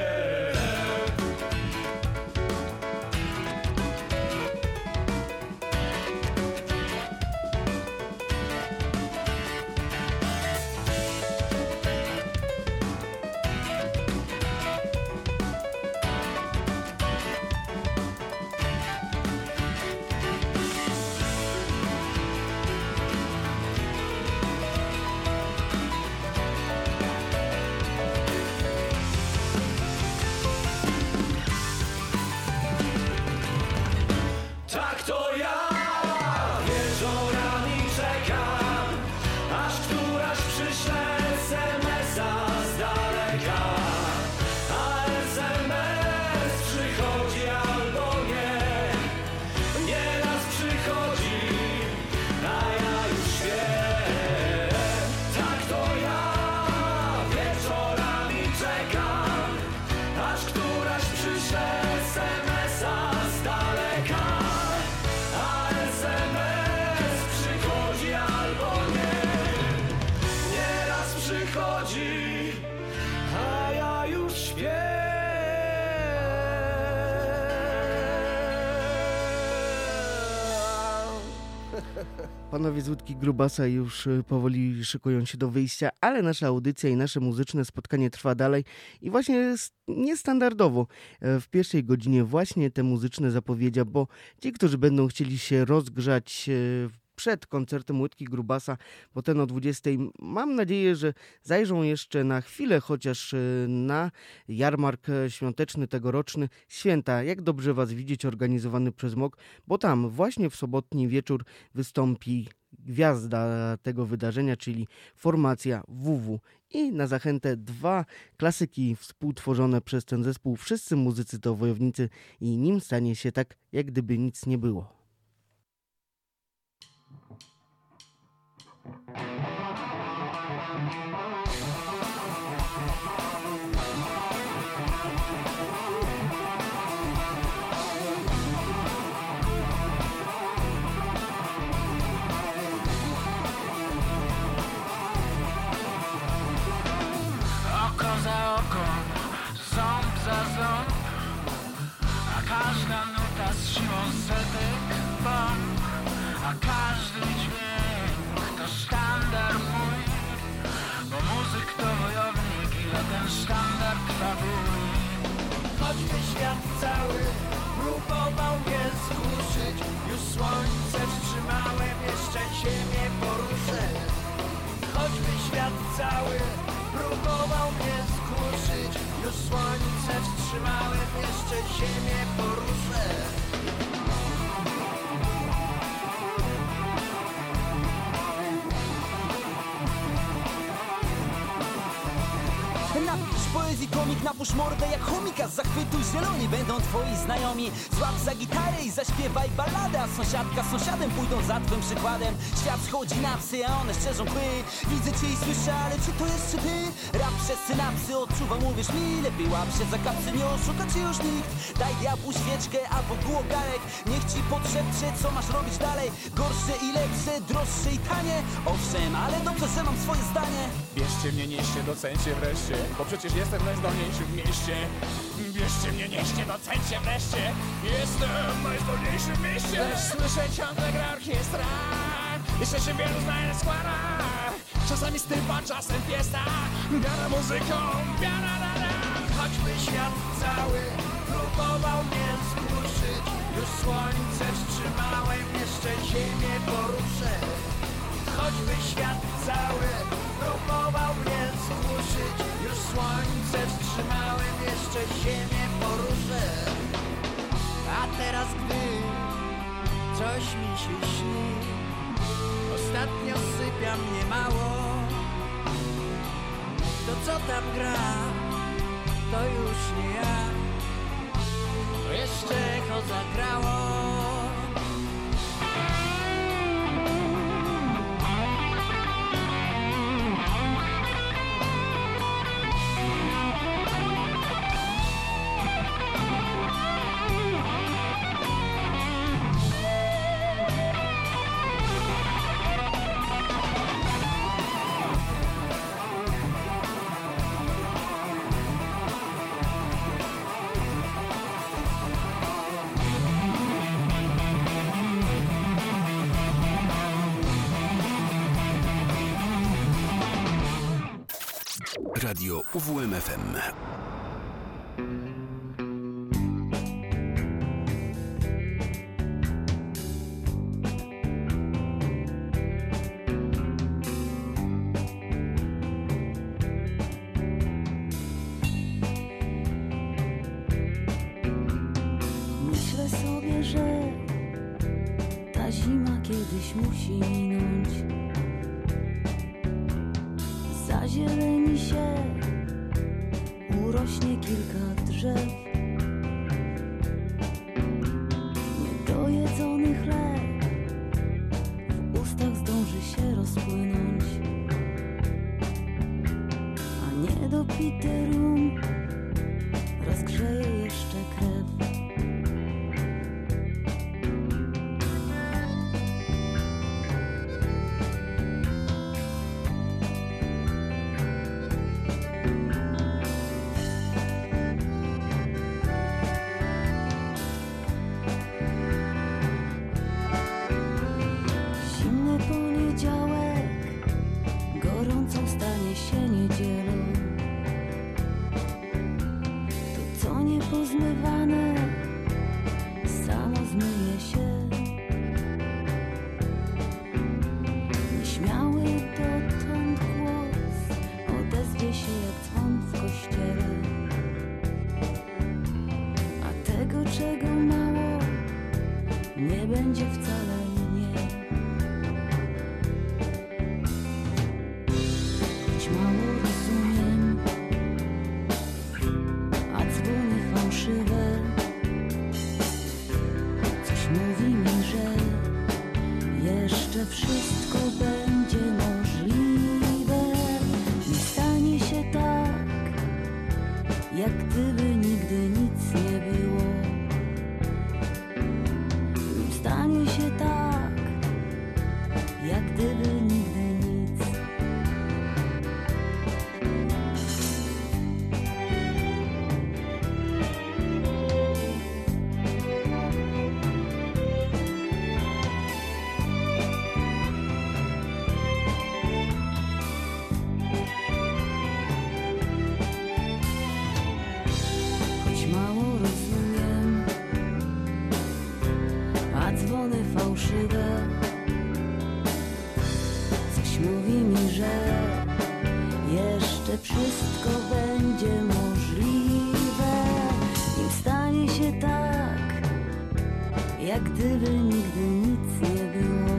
[SPEAKER 5] Tak to ja wieczorami czekam, aż któraś przyszle es em es-a z daleka. A es em es przychodzi albo nie, nieraz przychodzi, a ja już wiem. Tak to ja wieczorami czekam, aż któraś przyszle es em es-a z daleka. A es em es przychodzi albo nie, nieraz przychodzi, a ja już śpię.
[SPEAKER 1] Panowie z Łódki Grubasa już y, powoli szykują się do wyjścia, ale nasza audycja i nasze muzyczne spotkanie trwa dalej i właśnie s- niestandardowo. E, W pierwszej godzinie właśnie te muzyczne zapowiedzi, bo ci, którzy będą chcieli się rozgrzać e, przed koncertem Łódki Grubasa, bo ten o dwudziestej, mam nadzieję, że zajrzą jeszcze na chwilę chociaż e, na jarmark e, świąteczny tegoroczny Święta. Jak dobrze Was widzieć, organizowany przez M O K, bo tam właśnie w sobotni wieczór wystąpi gwiazda tego wydarzenia, czyli formacja W W. I na zachętę dwa klasyki współtworzone przez ten zespół. Wszyscy muzycy to wojownicy i nim stanie się tak, jak gdyby nic nie było.
[SPEAKER 6] Oko za oko, ząb za ząb, a każda nuta z siłą setek bomb, a każdy dźwięk to sztandar mój, bo muzyk to wojownik i o ten sztandar trwa bój.
[SPEAKER 5] Choćby świat cały próbował mnie zgłuszyć, już słońce wstrzymałem, jeszcze ziemię poruszę. Choćby świat cały próbował mnie zgłuszyć, już słońce wstrzymałem, jeszcze ziemię poruszę.
[SPEAKER 7] Napisz poezji komik, napusz mordę jak chomika. Z zachwytu zieloni będą twoi znajomi. Złap za gitarę i zaśpiewaj balladę, a sąsiadka z sąsiadem pójdą za twym przykładem. Świat schodzi na psy, a one szczerzą kły. Widzę cię i słyszę, ale czy to jeszcze ty? Rap przez synapsy odczuwam, uwierz mi. Lepiej łap się za kapsy, nie oszuka cię już nikt. Daj diabłu świeczkę albo głogarek, niech ci podszepcze, co masz robić dalej. Gorsze i lepsze, droższe i tanie. Owszem, ale dobrze, że mam swoje zdanie.
[SPEAKER 8] Bierzcie mnie, nieście, docencie wreszcie, bo przecież jestem najzdolniejszy w mieście. Bierzcie mnie, nieście, docencie wreszcie, jestem najzdolniejszy w mieście. Słyszę ciągle gra orkiestra, jeszcze się wielu znaje składa. Czasami stypa, czasem fiesta, biara muzyką, biara da da.
[SPEAKER 5] Choćby świat cały próbował mnie zgłuszyć, już słońce wstrzymałem, jeszcze ziemię poruszę. choćby świat cały próbował mnie skłuszyć. Już słońce wstrzymałem, jeszcze ziemię poruszę. A teraz gdy coś mi się śni, ostatnio sypia mnie mało. To co tam gra, to już nie ja, to jeszcze echo zagrało.
[SPEAKER 9] Radio U W M F M.
[SPEAKER 10] Myślę sobie, że ta zima kiedyś musi minąć. Zazieleni się, urośnie kilka drzew. Niedojedzony chleb w ustach zdąży się rozpłynąć, a niedopity rum rozgrzeje jeszcze krew. Pozmywane samo zmyje się. Nieśmiały dotąd głos odezwie się jak dzwon w kościele, a tego, czego mało, nie będzie wcale mniej. Choć mało rozumiem, a dzwony fałszywe coś mówi mi, że jeszcze wszystko będzie możliwe. Nie stanie się tak, jak gdyby nigdy nic nie było. Nie stanie się tak, jak gdyby nigdy nic. Fałszywe coś mówi mi, że jeszcze wszystko będzie możliwe. Nim stanie się tak, jak gdyby nigdy nic nie było.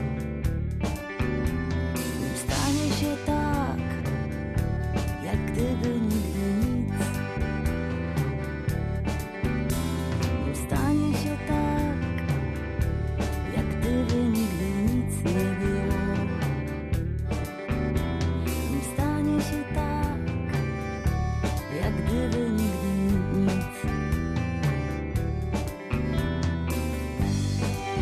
[SPEAKER 10] Nim stanie się tak, jak gdyby nigdy nic. Nim stanie się tak, gdyby nigdy nic nie było. Nim stanie się tak, jak gdyby nigdy nic.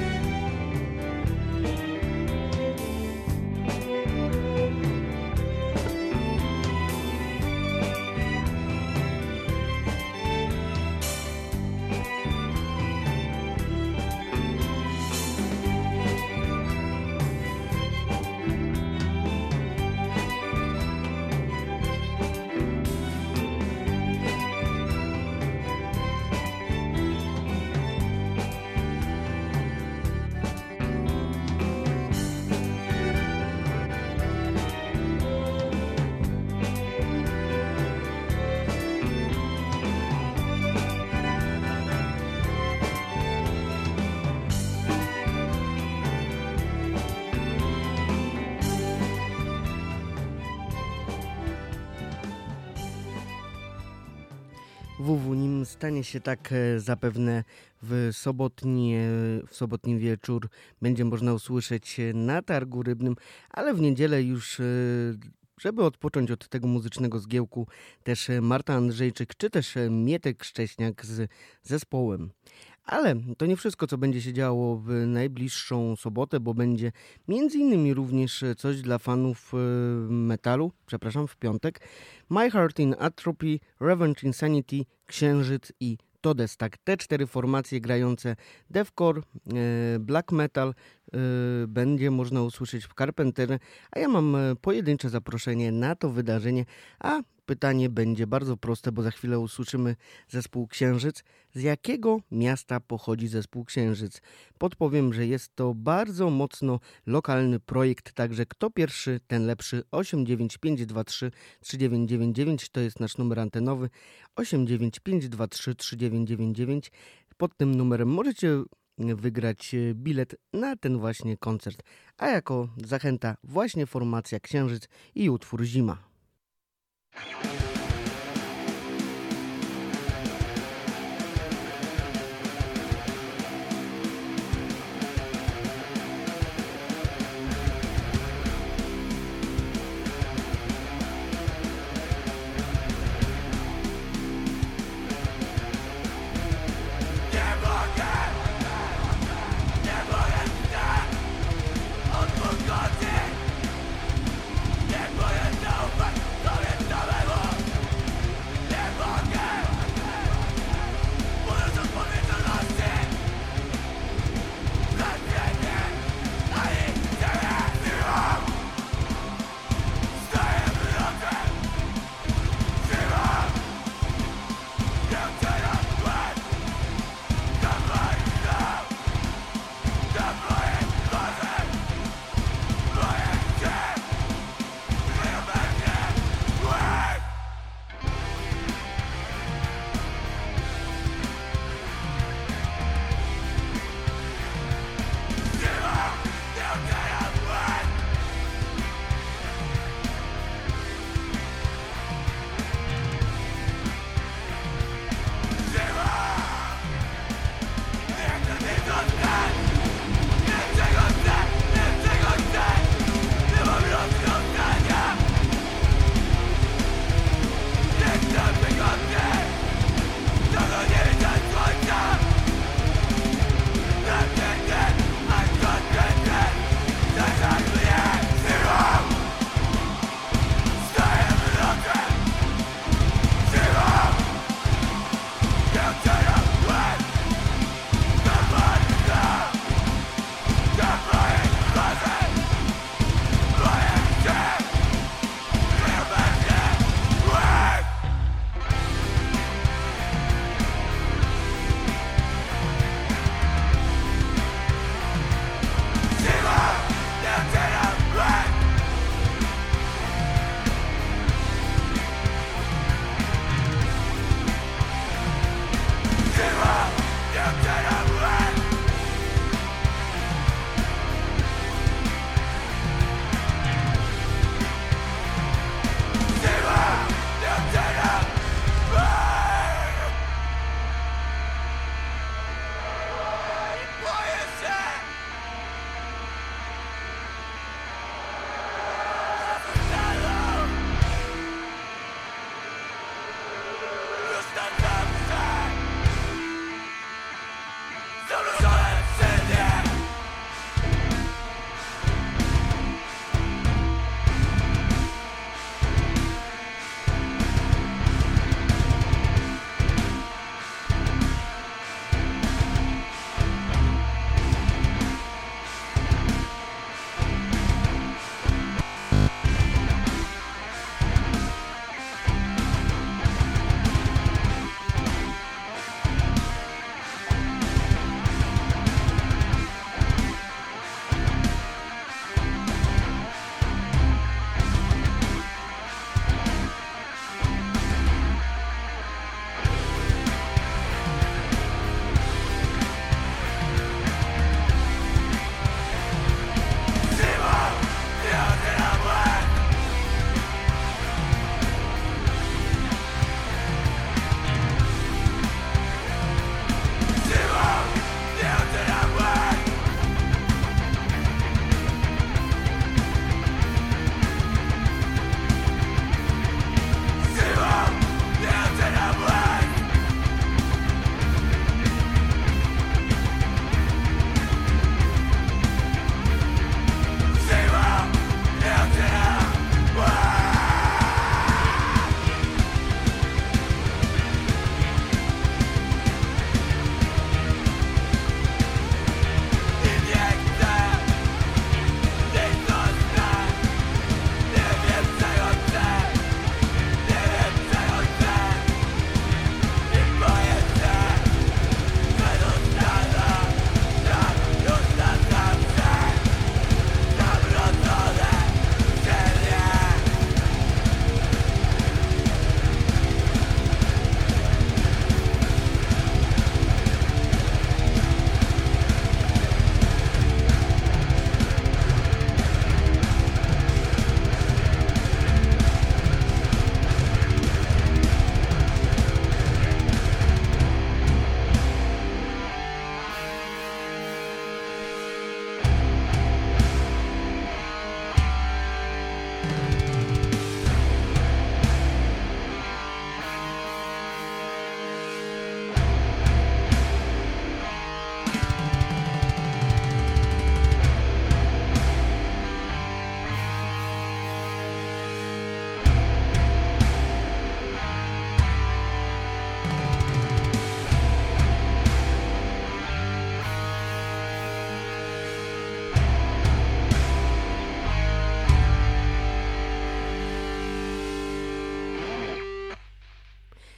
[SPEAKER 1] W W, nim stanie się tak e, zapewne w, sobotni, e, w sobotni wieczór będzie można usłyszeć na Targu Rybnym, ale w niedzielę już, e, żeby odpocząć od tego muzycznego zgiełku, też Marta Andrzejczyk czy też Mietek Szcześniak z zespołem. Ale to nie wszystko, co będzie się działo w najbliższą sobotę, bo będzie między innymi również coś dla fanów metalu, przepraszam, w piątek. My Heart in Atrophy, Revenge Insanity, Księżyc i Todes. Tak, te cztery formacje grające deathcore, black metal będzie można usłyszeć w Carpenterze, a ja mam pojedyncze zaproszenie na to wydarzenie, a pytanie będzie bardzo proste, bo za chwilę usłyszymy zespół Księżyc. Z jakiego miasta pochodzi zespół Księżyc? Podpowiem, że jest to bardzo mocno lokalny projekt, także kto pierwszy, ten lepszy. osiem dziewięć pięć dwa trzy trzy dziewięć dziewięć dziewięć to jest nasz numer antenowy. osiem dziewięć pięć dwa trzy trzy dziewięć dziewięć dziewięć. Pod tym numerem możecie wygrać bilet na ten właśnie koncert. A jako zachęta właśnie formacja Księżyc i utwór Zima.
[SPEAKER 5] Nie boję zaufać sobie samemu.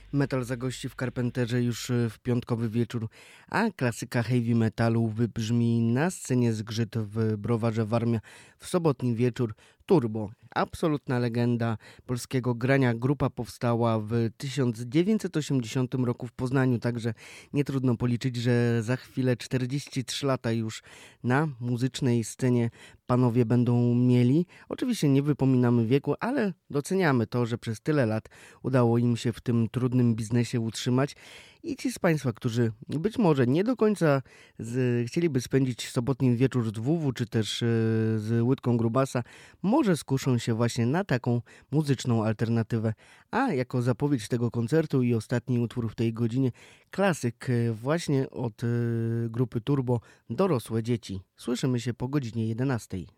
[SPEAKER 1] Metal zagości w Carpenterze już w piątkowy wieczór, a klasyka heavy metalu wybrzmi na scenie Zgrzyt w Browarze Warmia w sobotni wieczór. Turbo, absolutna legenda polskiego grania. Grupa powstała w tysiąc dziewięćset osiemdziesiątym roku w Poznaniu, także nie trudno policzyć, że za chwilę czterdzieści trzy lata już na muzycznej scenie panowie będą mieli. Oczywiście nie wypominamy wieku, ale doceniamy to, że przez tyle lat udało im się w tym trudnym biznesie utrzymać. I ci z Państwa, którzy być może nie do końca z, chcieliby spędzić sobotni wieczór z W W, czy też yy, z łydką grubasa, może skuszą się właśnie na taką muzyczną alternatywę. A jako zapowiedź tego koncertu i ostatni utwór w tej godzinie, klasyk yy, właśnie od yy, grupy Turbo, Dorosłe dzieci. Słyszymy się po godzinie jedenastej.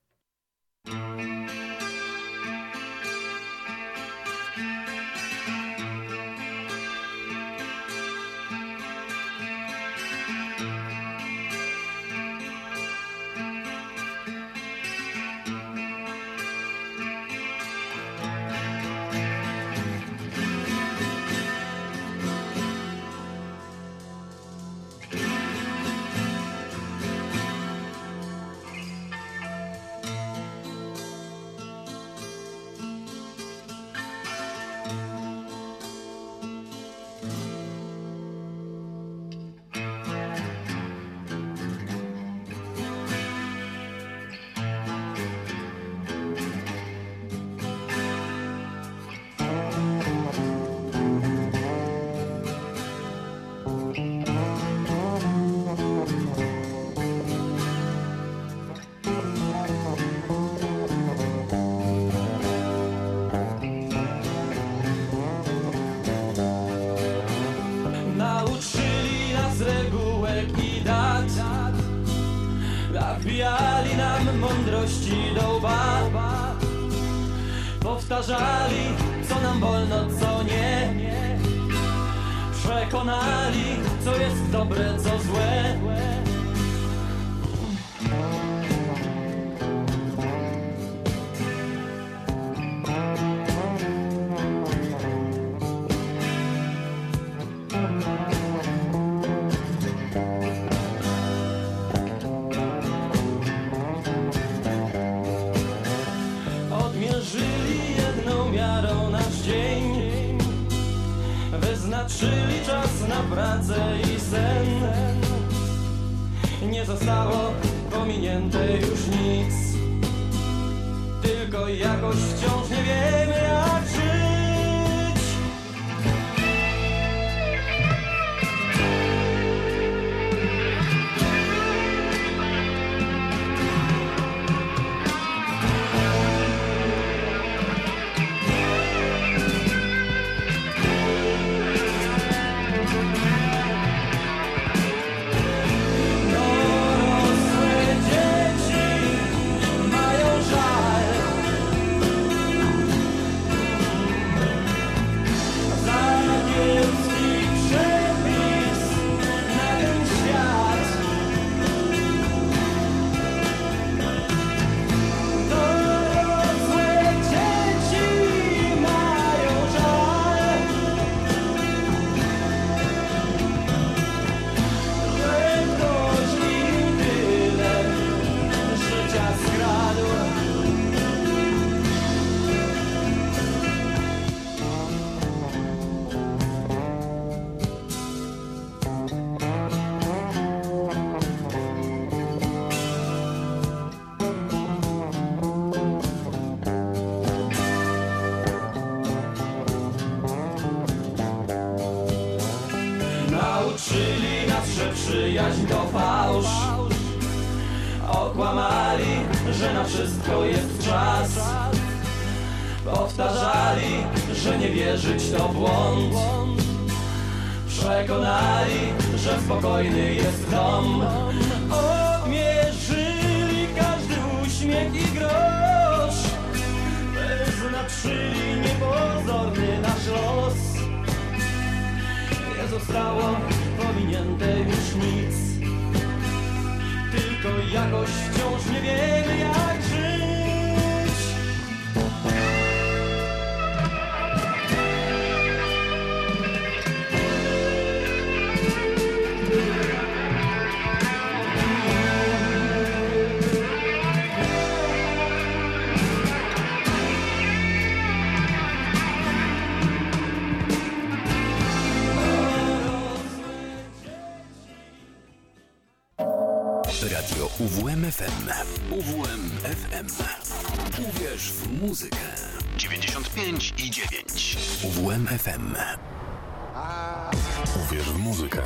[SPEAKER 11] Wbijali nam mądrości do łba, powtarzali, co nam wolno, co nie. Przekonali, co jest dobre, co złe. Wyznaczyli czas na pracę i sen. Nie zostało pominięte już nic, tylko jakoś wciąż nie wiemy, jak żyć. Nauczyli nas, że przyjaźń to fałsz. Okłamali, że na wszystko jest czas. Powtarzali, że nie wierzyć to błąd. Przekonali, że spokojny jest dom. Odmierzyli każdy uśmiech i grosz. Wyznaczyli niepozorny nasz los. Nie zostało pominięte już nic, tylko jakoś wciąż nie wiemy, jak żyć.
[SPEAKER 9] Radio U W M F M. U W M F M. Uwierz w muzykę. dziewięćdziesiąt pięć i dziewięć. U W M F M. Uwierz w muzykę.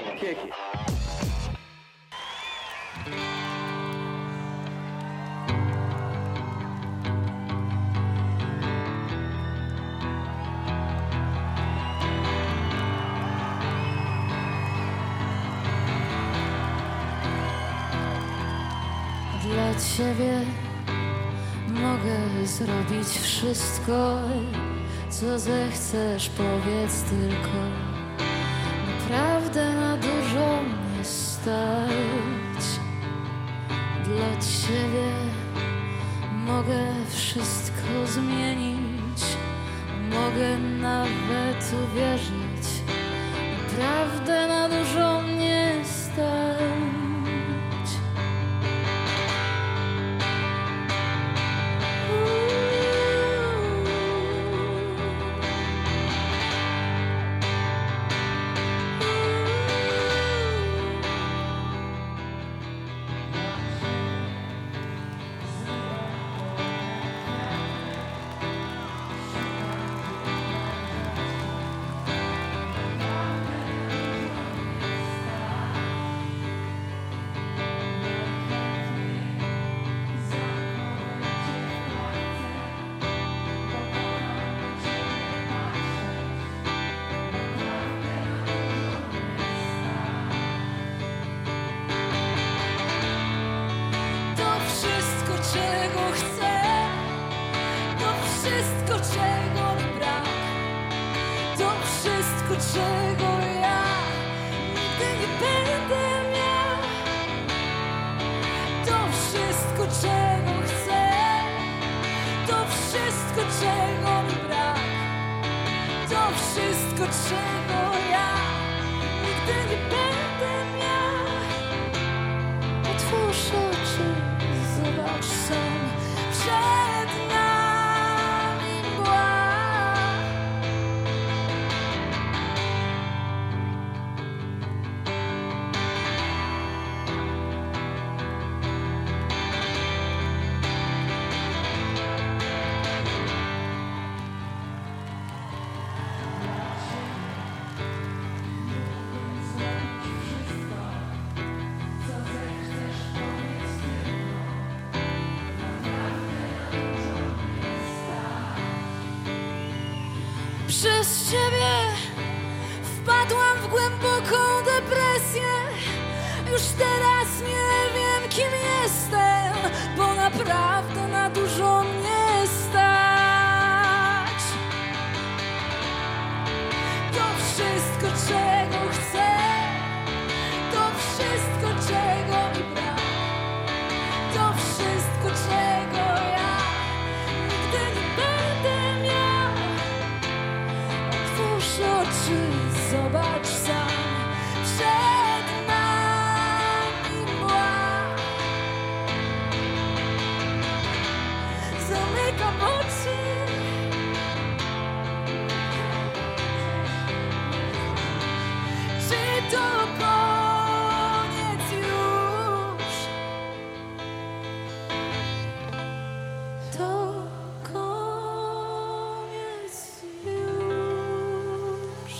[SPEAKER 10] Dla ciebie mogę zrobić wszystko, co zechcesz, powiedz tylko. Naprawdę na dużo nie stać. Dla ciebie mogę wszystko zmienić, mogę nawet uwierzyć. Naprawdę na dużo nie stać. Przez ciebie wpadłam w głęboką depresję. Już teraz nie wiem, kim jestem, bo naprawdę na dużo mnie stać. To wszystko, czego chcę, to wszystko, czego mi brak, to wszystko, czego ja nigdy nie będę miał. Otwórz oczy, zobacz sam, przed nami mgła. Zamykam oczy, czy to koniec już? To koniec już.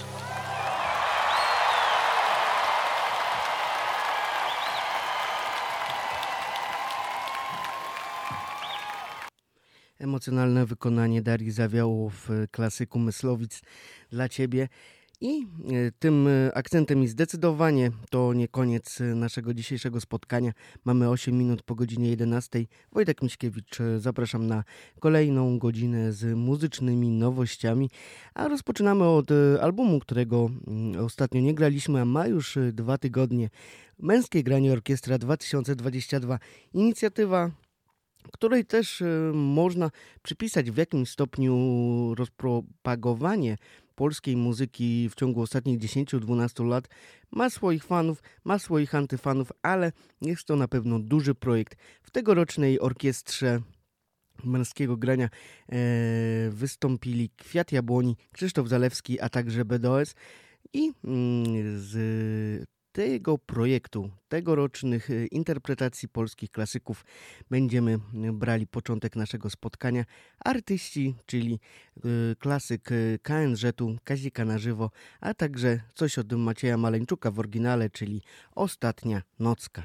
[SPEAKER 1] Emocjonalne wykonanie Darii Zawiało w klasyku Myslowic dla Ciebie. I e, tym e, akcentem i zdecydowanie to nie koniec e, naszego dzisiejszego spotkania. Mamy osiem minut po godzinie jedenastej. Wojtek Miśkiewicz, e, zapraszam na kolejną godzinę z muzycznymi nowościami. A rozpoczynamy od e, albumu, którego m, ostatnio nie graliśmy, a ma już e, dwa tygodnie. Męskie granie orkiestra dwa tysiące dwadzieścia dwa. Inicjatywa, której też e, można przypisać w jakimś stopniu rozpropagowanie polskiej muzyki w ciągu ostatnich dziesięć do dwunastu lat. Ma swoich fanów, ma swoich antyfanów, ale jest to na pewno duży projekt. W tegorocznej orkiestrze męskiego grania e, wystąpili Kwiat Jabłoni, Krzysztof Zalewski, a także B D O S i mm, z tego projektu, tegorocznych interpretacji polskich klasyków będziemy brali początek naszego spotkania. Artyści, czyli klasyk K N Z-u, Kazika na żywo, a także coś od Macieja Maleńczuka w oryginale, czyli Ostatnia nocka.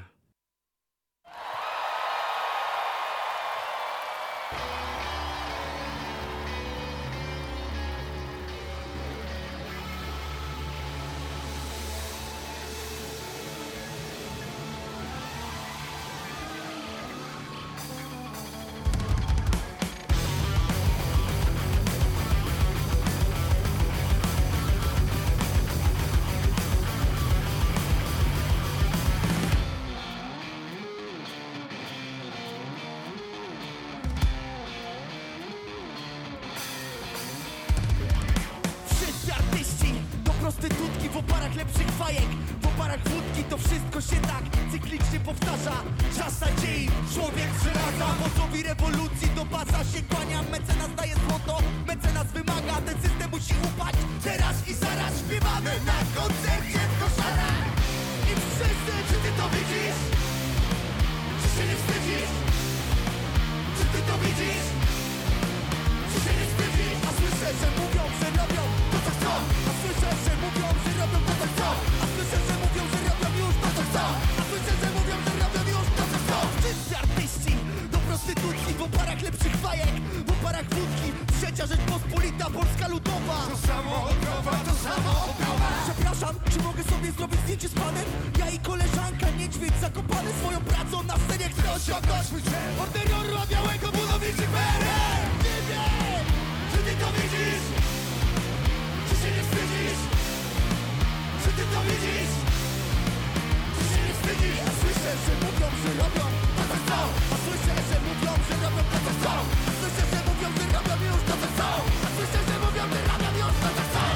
[SPEAKER 12] prostytutki w oparach lepszych fajek, w oparach wódki, to wszystko się tak cyklicznie powtarza. Czas nadziei, człowiek żelaza, mocowi rewolucji do pasa się kłania. Mecenas daje złoto, mecenas wymaga, ten system musi upaść. Teraz i zaraz śpiewamy na koncercie w koszarach. I wszyscy, czy ty to widzisz? Czy się nie wstydzisz? Czy ty to widzisz? Czy się nie wstydzisz? A słyszę, że mówią, że robią to co chcą. A słyszę, że mówią, że robią to co chcą. A słyszę, że mówią, że robią już to co chcą. A słyszę, że mówią, że robią już to co chcą. Wszyscy artyści do prostytucji w oparach lepszych fajek, w oparach wódki. Trzecia Rzeczpospolita, Polska Ludowa. To samo odrowa, to samo odrowa. Przepraszam, czy mogę sobie zrobić zdjęcie z panem? Ja i koleżanka, niedźwiedź zakopany swoją pracą na scenie chce osiągnąć od terroru a białego budowniczych P R L. Nie wiem, czy ty to widzisz? Czy się nie wstydzisz? Czy ty to widzisz? Czy się nie wstydzisz? A słyszę, że mówią, że robią to co chcą. A słyszę, że mówią, że robią to co chcą. A słyszę, że mówią, że robią już to co chcą. A słyszę, że mówią, że robią już to co chcą.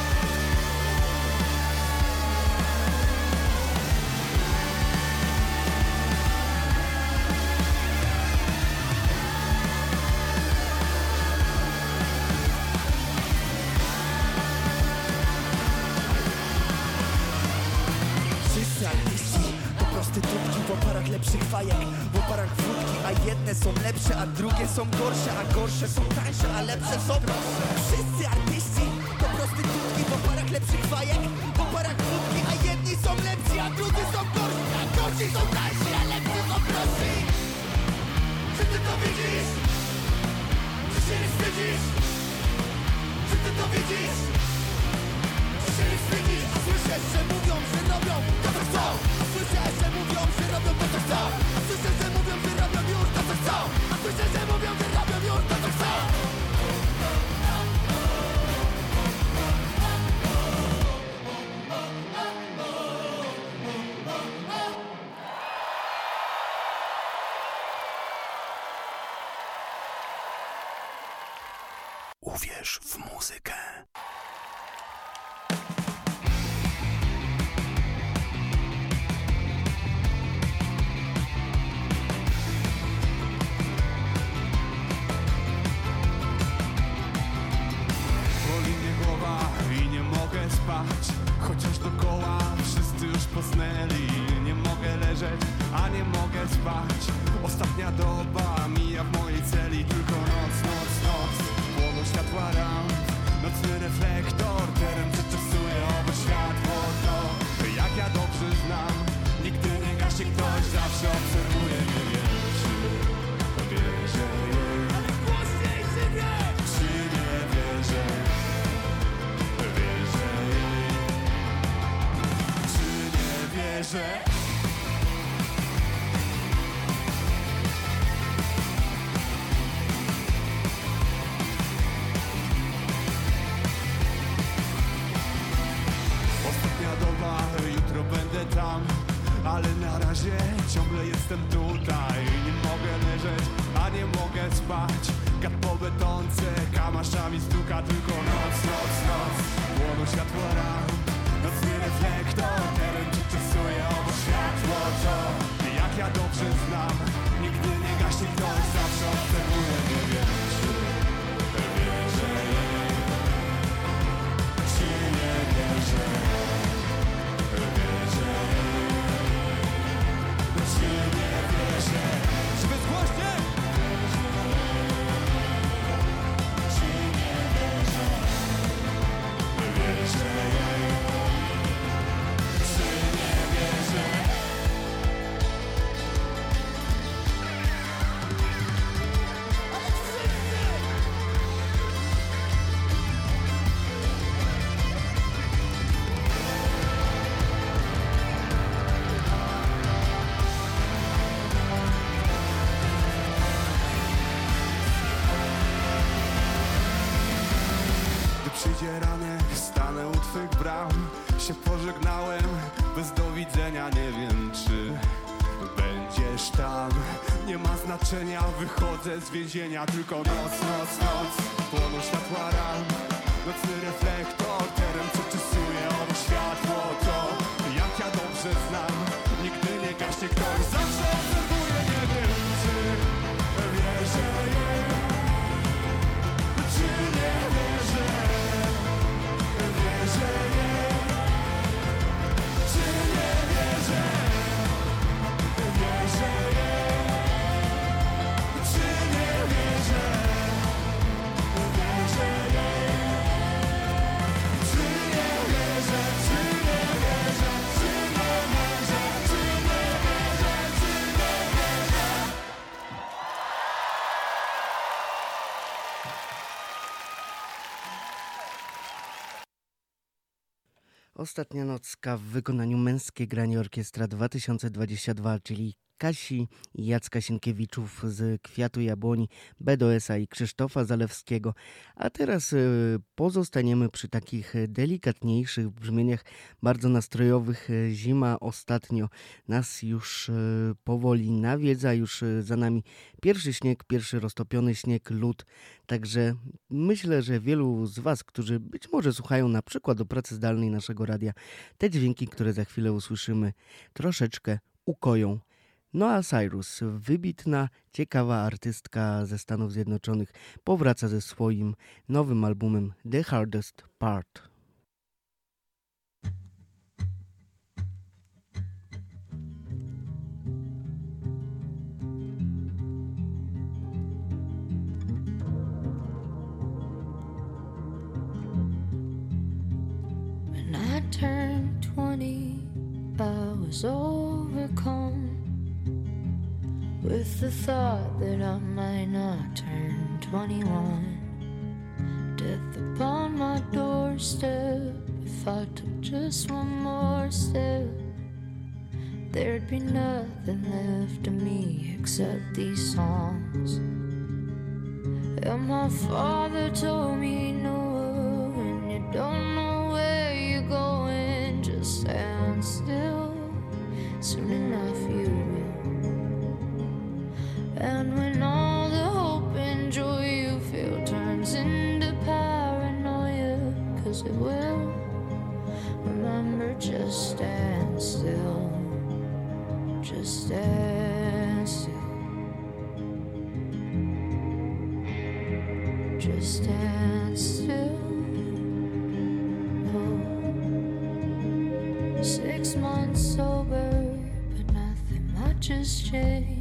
[SPEAKER 12] Prostytutki w oparach lepszych fajek, w oparach wódki, a jedne są lepsze, a drugie są gorsze, a gorsze są tańsze, a lepsze są droższe. Wszyscy artyści to prostytutki w oparach lepszych fajek, w oparach wódki, a jedni są lepsi, a drudzy są gorsi, a gorsi są tańsi, a lepsi są drożsi. Czy ty to widzisz? Czy się nie wstydzisz? Czy ty to widzisz? Czy się nie wstydzisz? A słyszę, że mówią, że robią to co chcą. A słyszę, że mówią, że robią to co chcą. A słyszę, że mówią, że robią już to co chcą. A słyszę, że mówią, że robią już to co chcą.
[SPEAKER 9] Uwierz w muzykę.
[SPEAKER 13] Chociaż dokoła wszyscy już posnęli. Nie mogę leżeć, a nie mogę spać. Ostatnia doba mija w mojej celi. Tylko noc, noc, noc, płoną światła ram. Nocny reflektor teren przeczesuje owo światło. To jak ja dobrze znam, nigdy nie gaśnie ktoś, zawsze obserwuje. Nie wiem, czy wierzę jej, ale głośniej żywię. Czy nie wierzę? Wierzę. Ostatnia doba, jutro będę tam, ale na razie ciągle jestem tutaj. Nie mogę leżeć, a nie mogę spać. Kat po betonce, kamaszami stuka. Tylko noc, noc, noc, płoną światła ram. Nocny reflektor, teren czasuje owo światło. To jak ja dobrze znam, nigdy nie gaśnie ktoś, zawsze obserwuje. Nie wiem, czy wierzę jej, czy nie wierzę. Wierzę jej. swych bram się pożegnałem, bez do widzenia, nie wiem czy będziesz tam. Nie ma znaczenia, wychodzę z więzienia, tylko noc, noc, noc, płoną światła ram. Nocny reflektor terem przeczesuje o światło, to jak ja dobrze znam, nigdy nie gaśnie ktoś. Zawsze obserwuję, nie wiem czy wierzę je, czy nie wierzę, wierzę je, czy nie wierzę, wierzę je, czy nie wierzę, wierzę je, czy nie wierzę, czy nie wierzę, czy nie wierzę, czy nie wierzę, czy nie wierzę.
[SPEAKER 1] Ostatnia nocka w wykonaniu Męskie Granie Orkiestra dwa tysiące dwadzieścia dwa, czyli Kasi i Jacka Sienkiewiczów z Kwiatu Jabłoni, B D S a i Krzysztofa Zalewskiego. A teraz y, pozostaniemy przy takich delikatniejszych brzmieniach, bardzo nastrojowych. Zima ostatnio nas już y, powoli nawiedza, już y, za nami pierwszy śnieg, pierwszy roztopiony śnieg, lód. Także myślę, że wielu z Was, którzy być może słuchają na przykład do pracy zdalnej naszego radia, te dźwięki, które za chwilę usłyszymy, troszeczkę ukoją. Noah Cyrus, wybitna, ciekawa artystka ze Stanów Zjednoczonych, powraca ze swoim nowym albumem The Hardest Part.
[SPEAKER 10] When I turned twenty, I was overcome with the thought that I might not turn twenty-one. Death upon my doorstep, if I took just one more step, there'd be nothing left of me except these songs. And my father told me, Noah, when you don't know where you're going, just stand still, soon enough you will. And when all the hope and joy you feel turns into paranoia, 'cause it will, remember, just stand still, just stand still, just stand still. Oh. Six months sober, but nothing much has changed.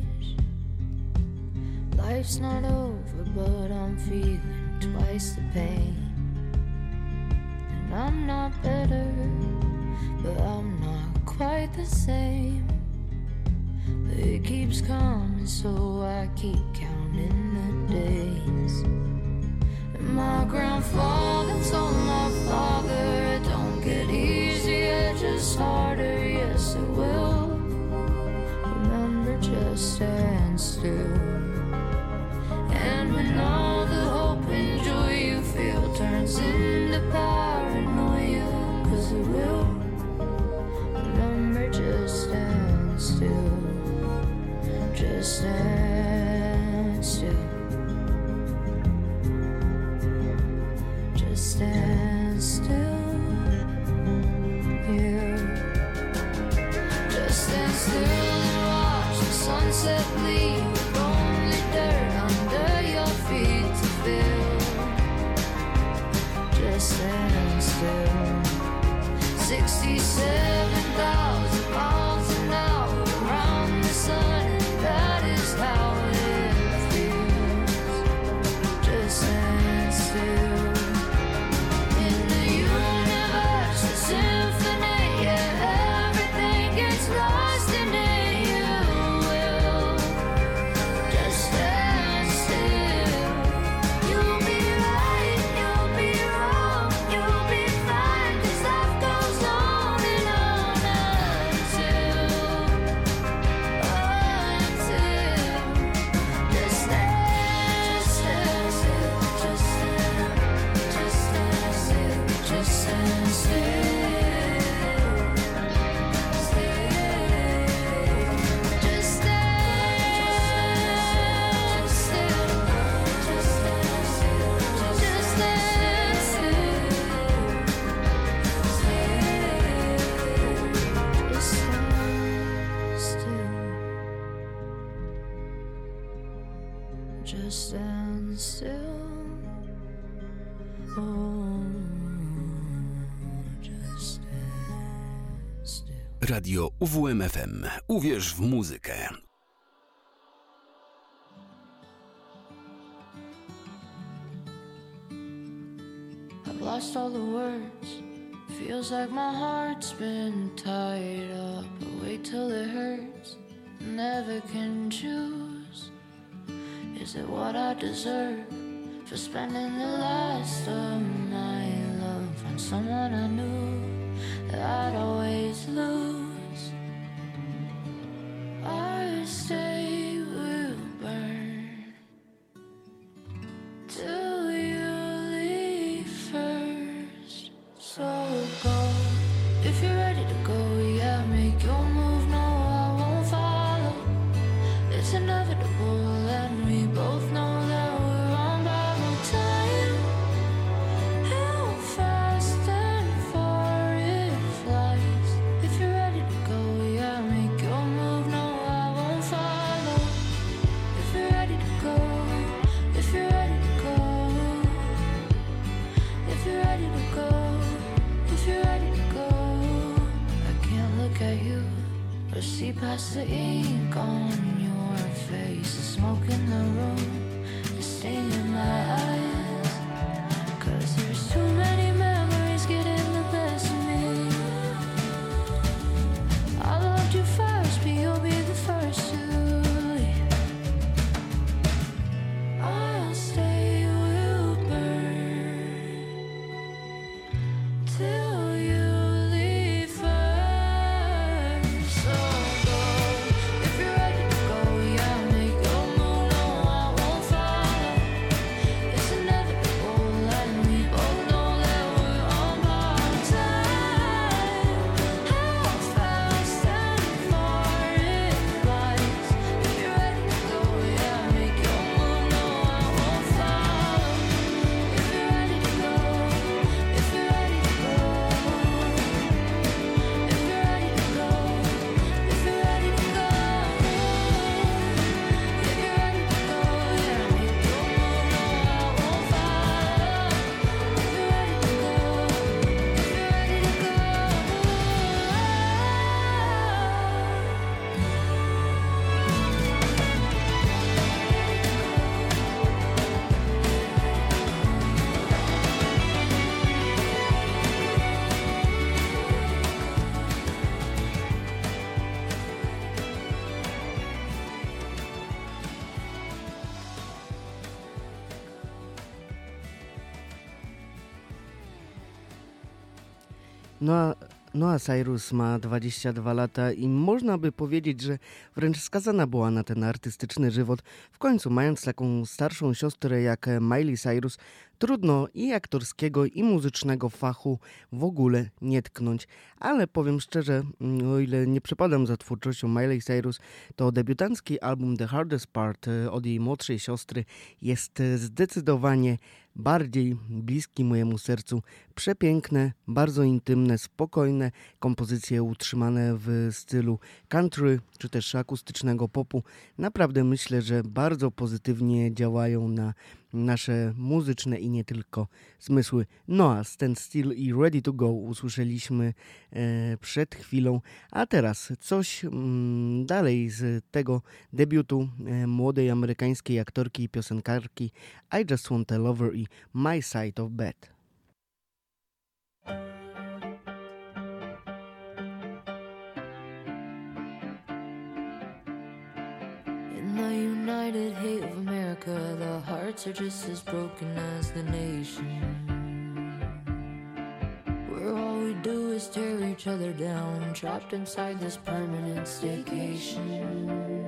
[SPEAKER 10] Life's not over, but I'm feeling twice the pain. And I'm not better, but I'm not quite the same. But it keeps coming, so I keep counting the days. And my grandfather told my father, it don't get easier, just harder, yes it will. Remember, just stand still. And when all the hope and joy you feel turns into paranoia, 'cause it will, remember, just stand still, just stand still, just stand still, yeah. Just stand still and watch the sunset leave only dirt under your feet to feel. Just stand still. Sixty-seven thousand miles an hour around the sun, and that is how it feels. Just stand still. In the universe, the symphony, yeah, everything gets lost in it. You will just stand still. You'll be right, you'll be wrong, you'll be fine, 'cause life goes on and on. stand still. Oh, just stand still.
[SPEAKER 9] Radio U W M F M. Uwierz w muzykę.
[SPEAKER 10] I've lost all the words. Feels like my heart's been tied up. I wait till it hurts. Never can choose. Is it what I deserve for spending the last of my love on someone I knew that I'd always lose? Our stay will burn till you leave first. So go, if you're ready to go, yeah, make your move. No, I won't follow. It's inevitable, and we both know that we're on borrowed time. How fast and far it flies. If you're ready to go, yeah, make your move. No, I won't follow. If you're ready to go, if you're ready to go, if you're ready to go, if you're ready to go. I can't look at you or see past the ink on your face. The smoke in the room, the stain in my eyes. Cause there's too many memories getting the best of me. I loved you first, but you'll be the first to leave. I'll stay, will burn till you leave first. So go, if you're ready to go, yeah, make your move. No, I won't follow. It's inevitable, and we both know that we're on borrowed time. How fast and far it flies. If you're ready to go, yeah, make your move. No, I won't follow. If you're ready to go, if you're ready to go, if you're ready to go, if you're ready to go, if you're ready to go, yeah, make your move. No, I won't follow. If you're ready to go, if you're ready to go.
[SPEAKER 1] No a, no a Cyrus ma dwadzieścia dwa lata i można by powiedzieć, że wręcz skazana była na ten artystyczny żywot. W końcu, mając taką starszą siostrę jak Miley Cyrus, trudno i aktorskiego, i muzycznego fachu w ogóle nie tknąć. Ale powiem szczerze, o ile nie przepadam za twórczością Miley Cyrus, to debiutancki album The Hardest Part od jej młodszej siostry jest zdecydowanie bardziej bliski mojemu sercu. Przepiękne, bardzo intymne, spokojne kompozycje utrzymane w stylu country czy też akustycznego popu. Naprawdę myślę, że bardzo pozytywnie działają na nasze muzyczne i nie tylko zmysły. Noah, Stand Still i Ready to Go usłyszeliśmy e, przed chwilą, a teraz coś mm, dalej z tego debiutu e, młodej amerykańskiej aktorki i piosenkarki I Just Want a Lover i My Side of Bed.
[SPEAKER 10] In the united hate of America, the hearts are just as broken as the nation. Where all we do is tear each other down, trapped inside this permanent staycation.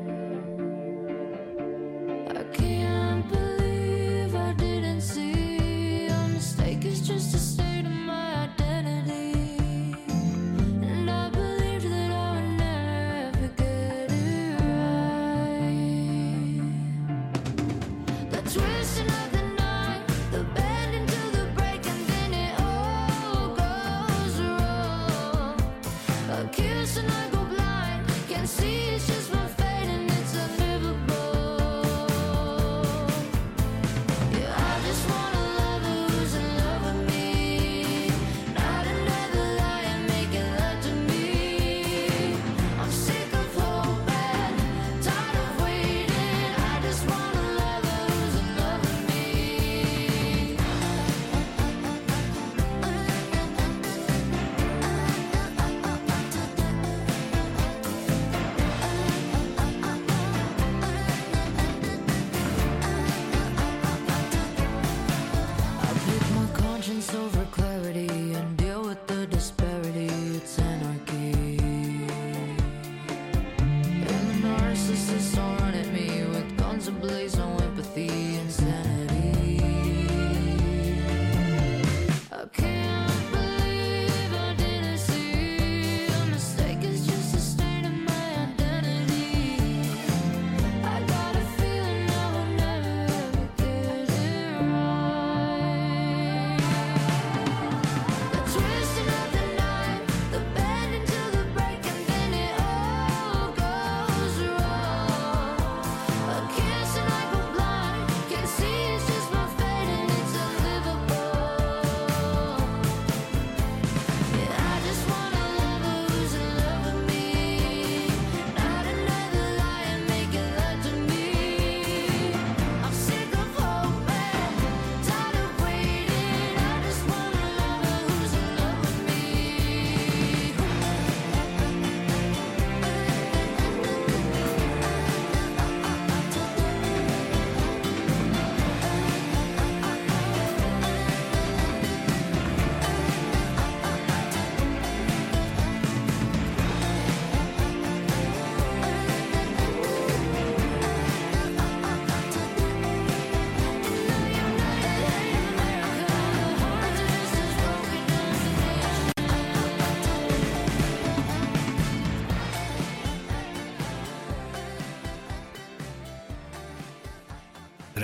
[SPEAKER 10] I can't believe I didn't see a mistake is just a state of my identity. And I believed that I would never get it right. The twisting of the night, the bending to the break, and then it all goes wrong. A kiss and I go blind, can't see it's just my fate and it's unlivable.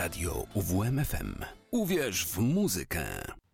[SPEAKER 9] Radio U W M F M. Uwierz w muzykę.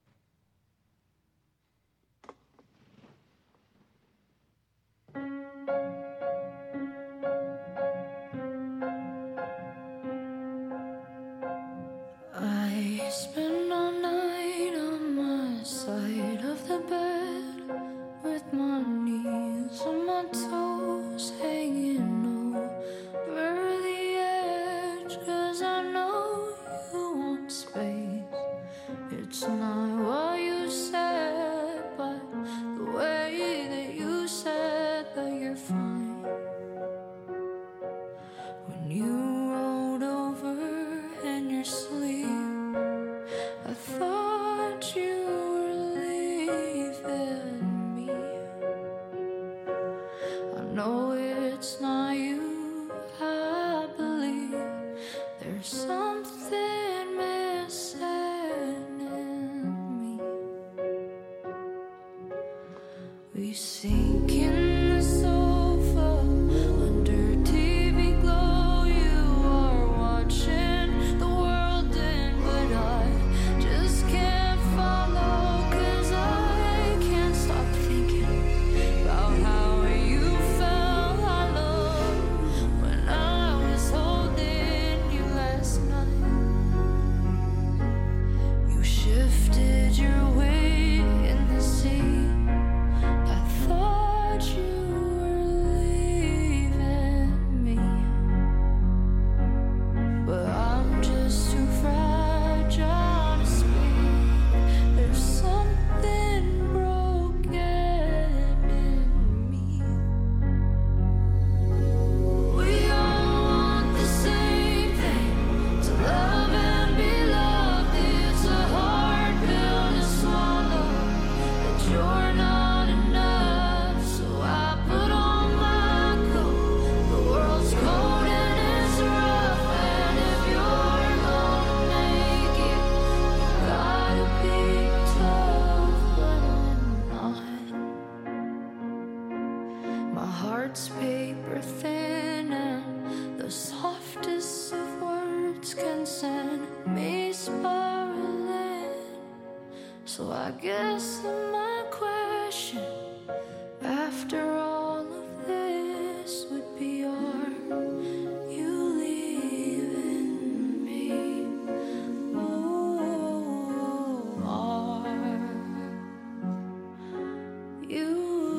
[SPEAKER 10] I spend all night on my side of the bed with my knees on my toes hanging over the edge, 'cause I know you want space. It's not what you said, but the way that you said that you're fine. When you rolled over in your sleep, I thought you were leaving me. I know it's not you, I believe there's something missing in me. We sink in the sofa under T V glow. You are watching the world in, but I just can't follow, 'cause I can't stop thinking about how you felt. I love when I was holding you last night. You shifted your weight in the sea. I thought you were leaving me, but I'm just too fragile to speak. There's something broken in me. We all want the same thing, to love and be loved. It's a hard pill to swallow, that you're not enough. So I put on my coat. The world's cold and it's rough, and if you're gonna make it, you gotta be tough, but I'm not. My heart's paper thin, and the softest of words can send me spiraling. So I guess that my question after all of this would be, are you leaving me? Oh, are you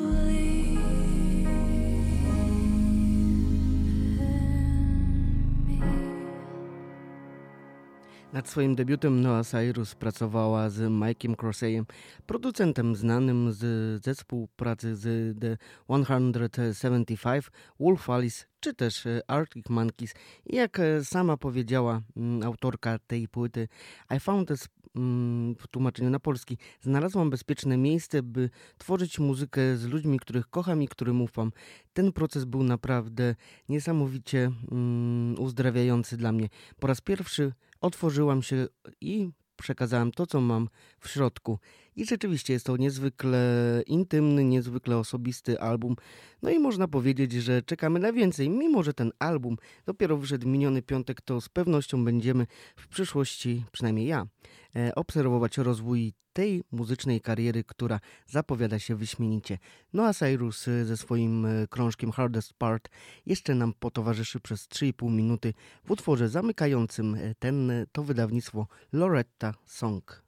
[SPEAKER 1] Nad swoim debiutem Noah Cyrus pracowała z Mike'iem Croseyem, producentem znanym z, ze współpracy z The sto siedemdziesiąt pięć, Wolf Alice czy też Arctic Monkeys. I jak sama powiedziała m, autorka tej płyty, I found this, m, w tłumaczeniu na polski, znalazłam bezpieczne miejsce, by tworzyć muzykę z ludźmi, których kocham i którym ufam. Ten proces był naprawdę niesamowicie m, uzdrawiający dla mnie. Po raz pierwszy otworzyłam się i przekazałem to, co mam w środku. I rzeczywiście jest to niezwykle intymny, niezwykle osobisty album. No i można powiedzieć, że czekamy na więcej. Mimo że ten album dopiero wyszedł miniony piątek, to z pewnością będziemy w przyszłości, przynajmniej ja, e, obserwować rozwój tej muzycznej kariery, która zapowiada się wyśmienicie. Noah Cyrus ze swoim krążkiem Hardest Part jeszcze nam potowarzyszy przez trzy i pół minuty w utworze zamykającym ten, to wydawnictwo Loretta Song.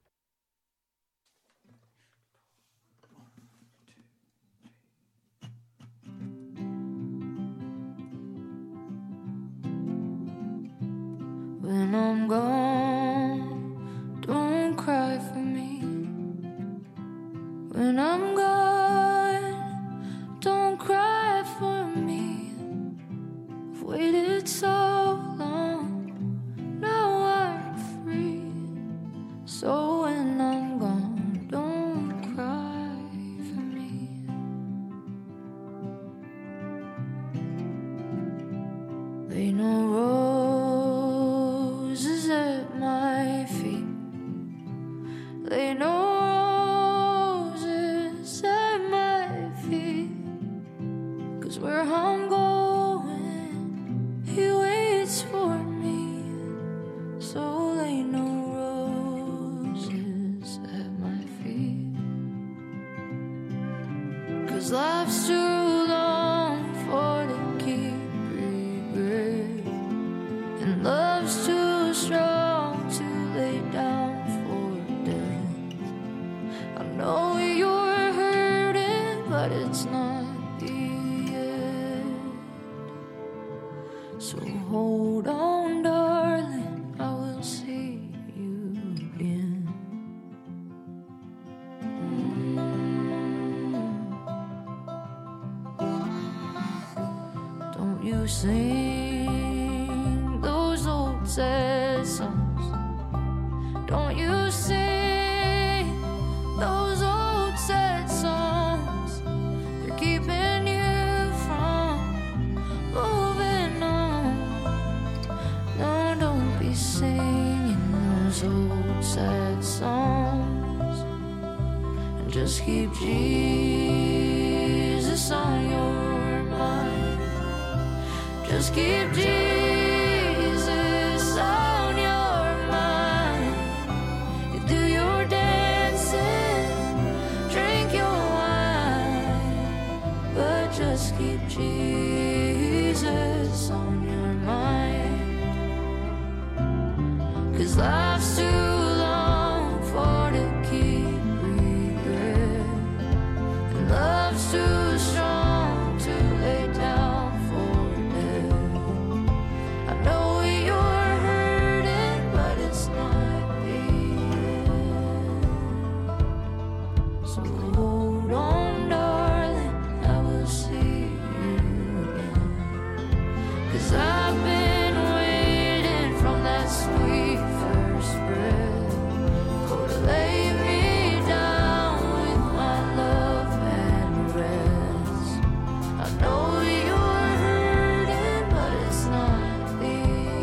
[SPEAKER 10] When I'm gone, don't cry for me. When I'm gone, don't cry for me. I've waited so long, now I'm free. So when I'm gone, don't cry for me. Lay no roses at my feet. Lay no roses at my feet. 'Cause where I'm going, he waits for me. So So hold on, darling, I will see you again. Mm. Don't you sing those old sad songs? Don't you sing those old sad songs? They're keeping you from moving on. No, don't be singing those old sad songs. And just keep Jesus on your mind. Just keep Jesus on your mind. You do your dancing, drink your wine, but just keep Jesus on your mind. 'Cause life's too long for to keep regret, and love's too strong to lay down for dead. I know you're hurting, but it's not the end. So hold on, darling, I will see you again. 'Cause I've been waiting from that sweet first breath for to lay me down with my love and rest. I know you're hurting, but it's not the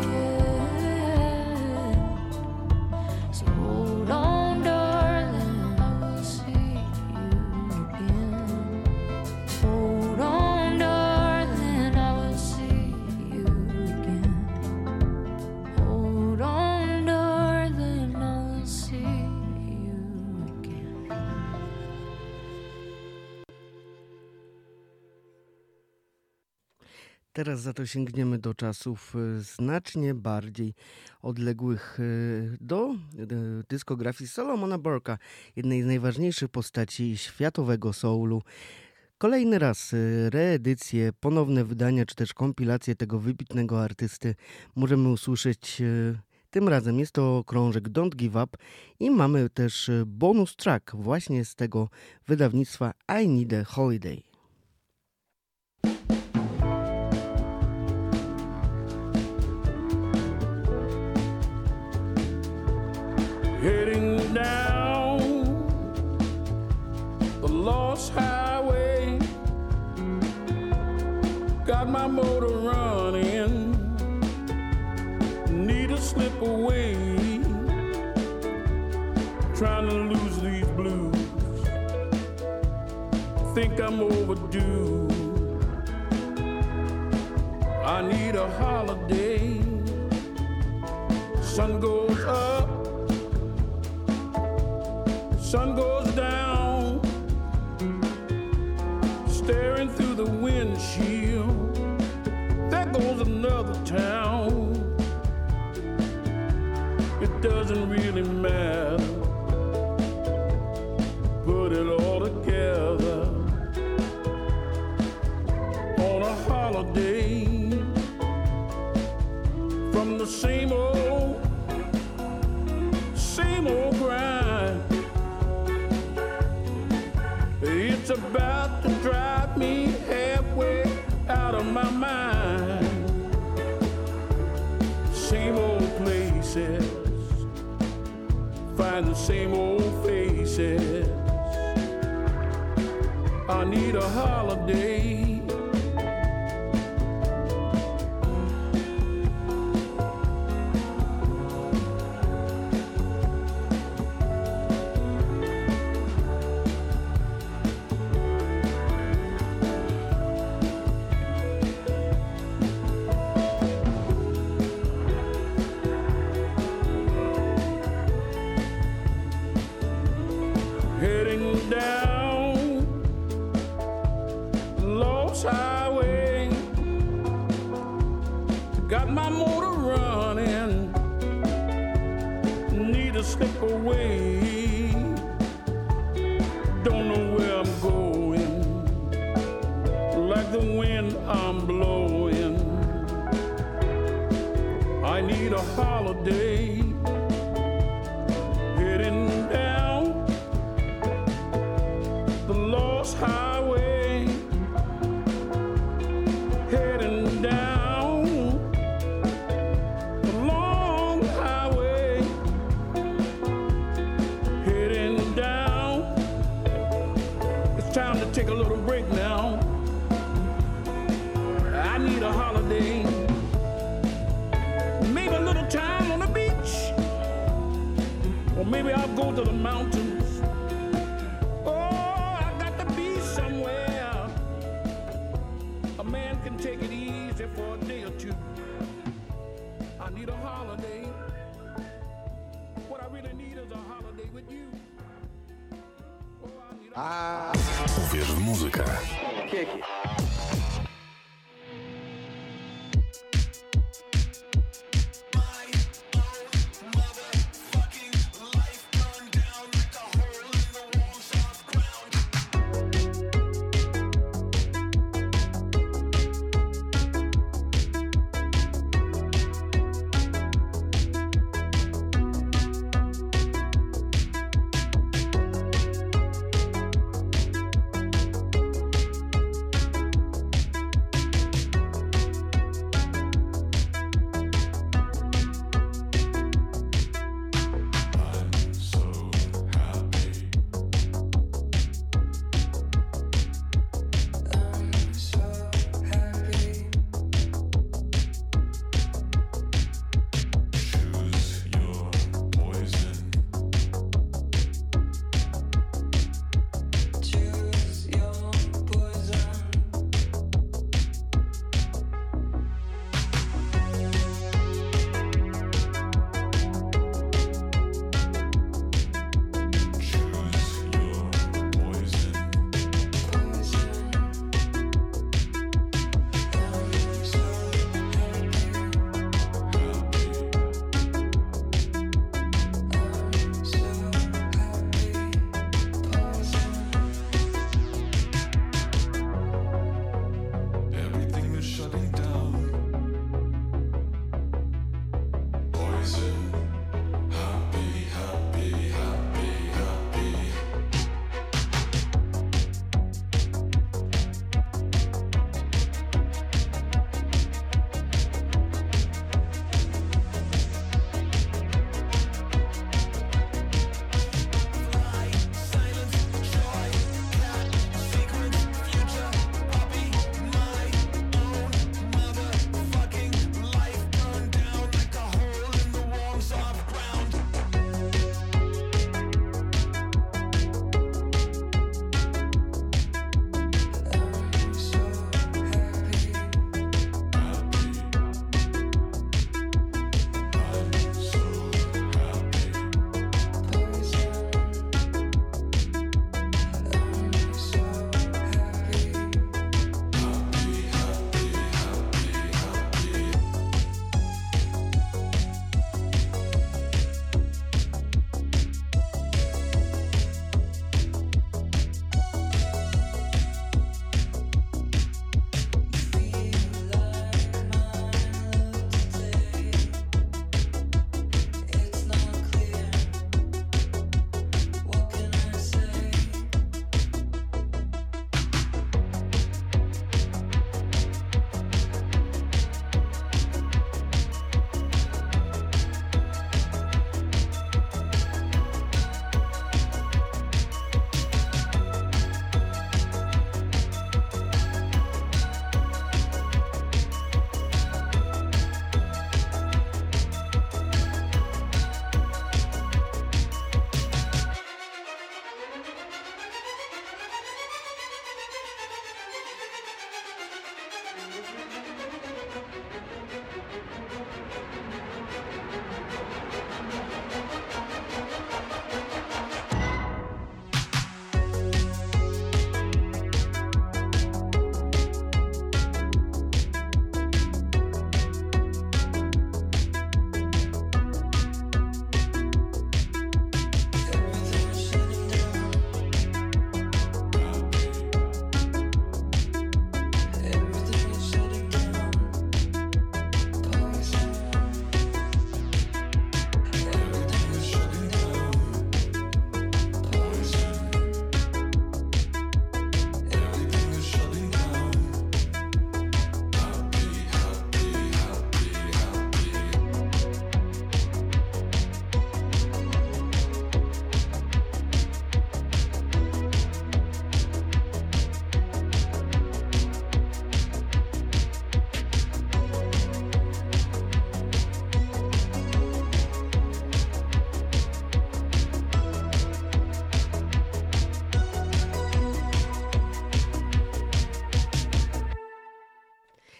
[SPEAKER 10] end. So hold on, darling, I will see you again. Hold on, darling, I will see you again. Hold on, darling, I will see you again.
[SPEAKER 1] Teraz za to sięgniemy do czasów e, znacznie bardziej odległych e, do e, dyskografii Solomona Burke'a, jednej z najważniejszych postaci światowego soulu. Kolejny raz e, reedycje, ponowne wydania czy też kompilacje tego wybitnego artysty możemy usłyszeć. E, tym razem jest to krążek Don't Give Up i mamy też e, bonus track właśnie z tego wydawnictwa I Need a Holiday.
[SPEAKER 14] Heading down the lost highway, got my motor running, need to slip away, trying to lose these blues, think I'm overdue, I need a holiday, sun goes up, sun goes down, staring through the windshield, there goes another town. It doesn't really matter, put it all together on a holiday from the same old, same old grind. It's about to drive me halfway out of my mind. Same old places, find the same old faces. I need a holiday. Slip away, don't know where I'm going, like the wind I'm blowing, I need a holiday. Heading down the lost highway, heading down the long highway, heading down. It's time to take a little break now. I need a holiday. Maybe a little time on the beach, or maybe I'll go to the mountains. Oh, I got to be somewhere a man can take it easy for a day or two. I need a holiday. What I really need is a holiday with you. Oh, I need a...
[SPEAKER 9] Uwierz w muzykę.
[SPEAKER 15] Kieki.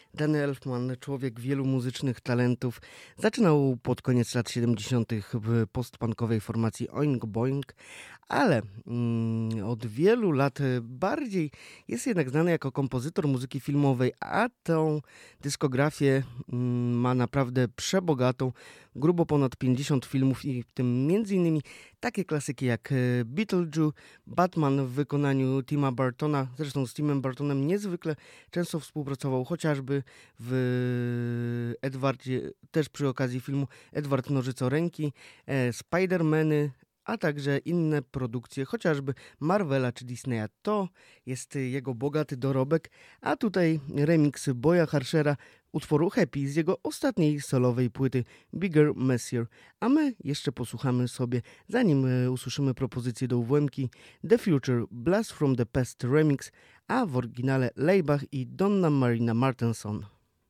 [SPEAKER 1] Danny Elfman, człowiek wielu muzycznych talentów, zaczynał pod koniec lat siedemdziesiątych w postpunkowej formacji Oink Boink, ale mm, od wielu lat bardziej jest jednak znany jako kompozytor muzyki filmowej, a tą dyskografię mm, ma naprawdę przebogatą, grubo ponad pięćdziesiąt filmów i w tym między innymi takie klasyki jak Beetlejuice, Batman w wykonaniu Tima Burtona, zresztą z Timem Burtonem niezwykle często współpracował, chociażby w Edwardzie, też przy okazji filmu Edward Nożycoręki, e, Spider-Many, a także inne produkcje, chociażby Marvela czy Disneya. To jest jego bogaty dorobek, a tutaj remix Boya Harshera utworu Happy z jego ostatniej solowej płyty Bigger, Messier. A my jeszcze posłuchamy sobie, zanim usłyszymy propozycję do U W M-ki, The Future Blast from the Past remix, a w oryginale Leibach i Donna Marina Martenson.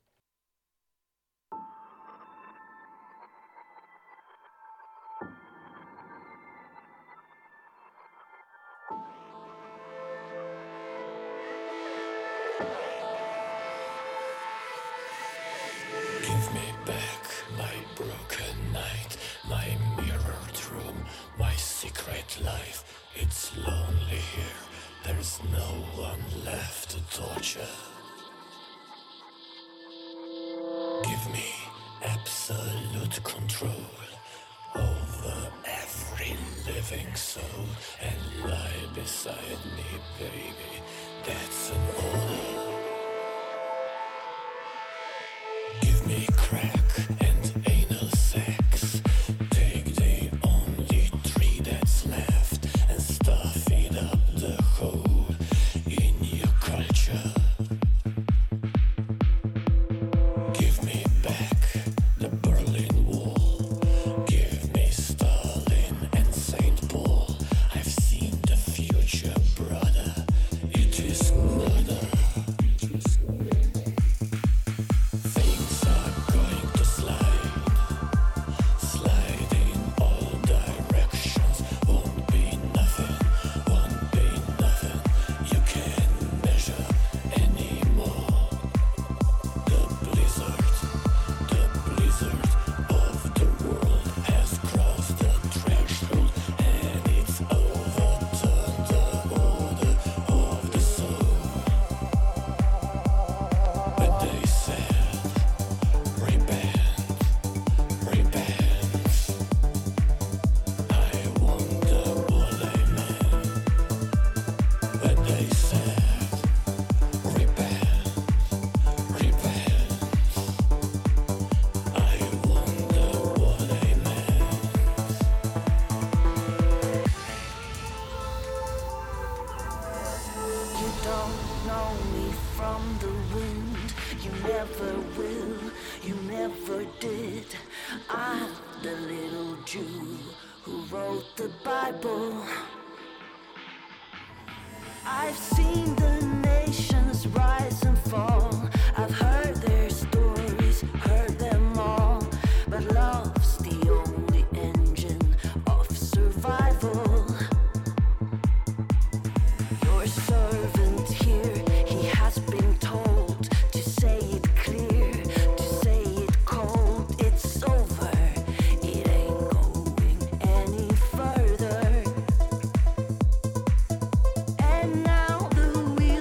[SPEAKER 15] Give me back my broken night, my mirrored room, my secret life. It's lonely here, there's no one left to torture. Give me absolute control over every living soul and lie beside me, baby. That's an order. Give me crack and anal sex. Take the only tree that's left and stuff it up the hole in your culture. Give me back the Berlin Wall. Give me Stalin and Saint Paul. I've seen the future, brother. It is murder. Things are going to slide, slide in all directions. Won't be nothing, won't be nothing you can measure anymore. The blizzard, the blizzard of the world has crossed the threshold, and it's overturned the order of the soul. But they said, repent, repent. I wonder what I meant. But they said, repent, repent. I wonder what I meant.
[SPEAKER 5] You don't know me from the wind. You never will, you never did. I'm the little Jew who wrote the Bible. I've seen the nations rise and fall. I've heard their stories, heard them all. But love's the only engine of survival. Your servant here, he has been told to say it clear, to say it cold. It's over, it ain't going any further. And now the wheel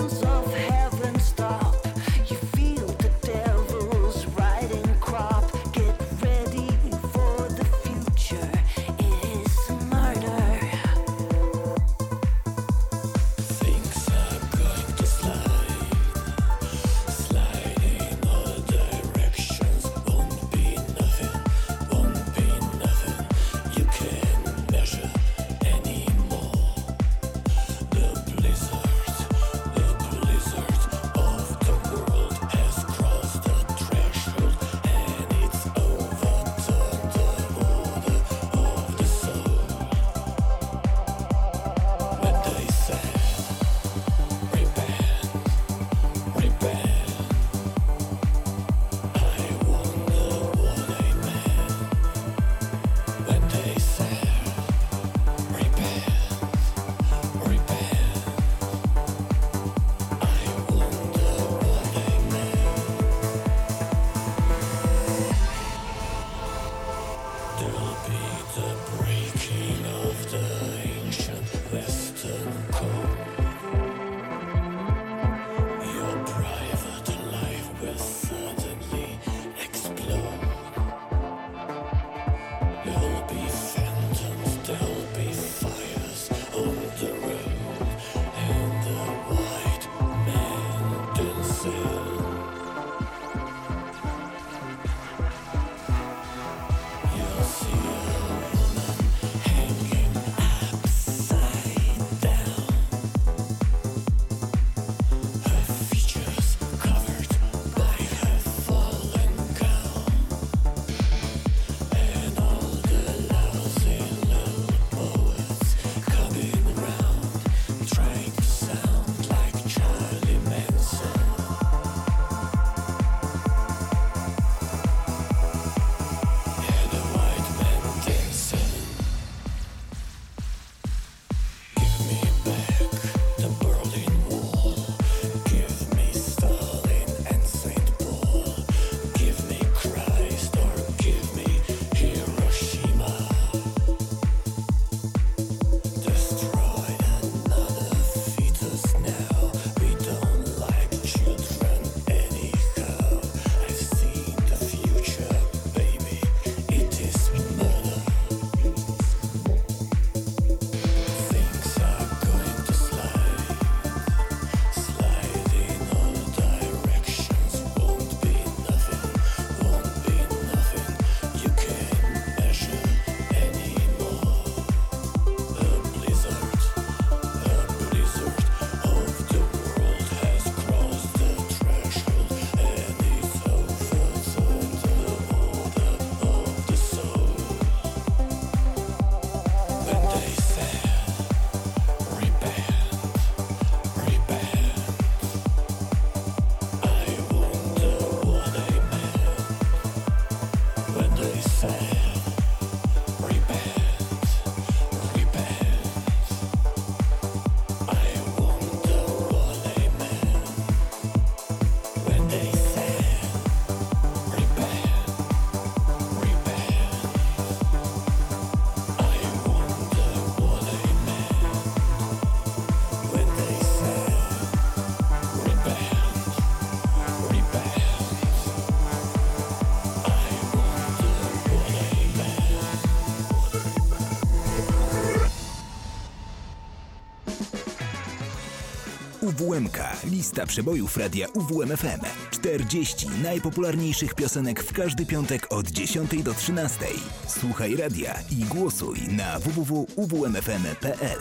[SPEAKER 16] U W M K. Lista przebojów radia U W M F M. czterdzieści najpopularniejszych piosenek w każdy piątek od dziesiątej do trzynastej. Słuchaj radia i głosuj na w w w kropka u w m f m kropka p l.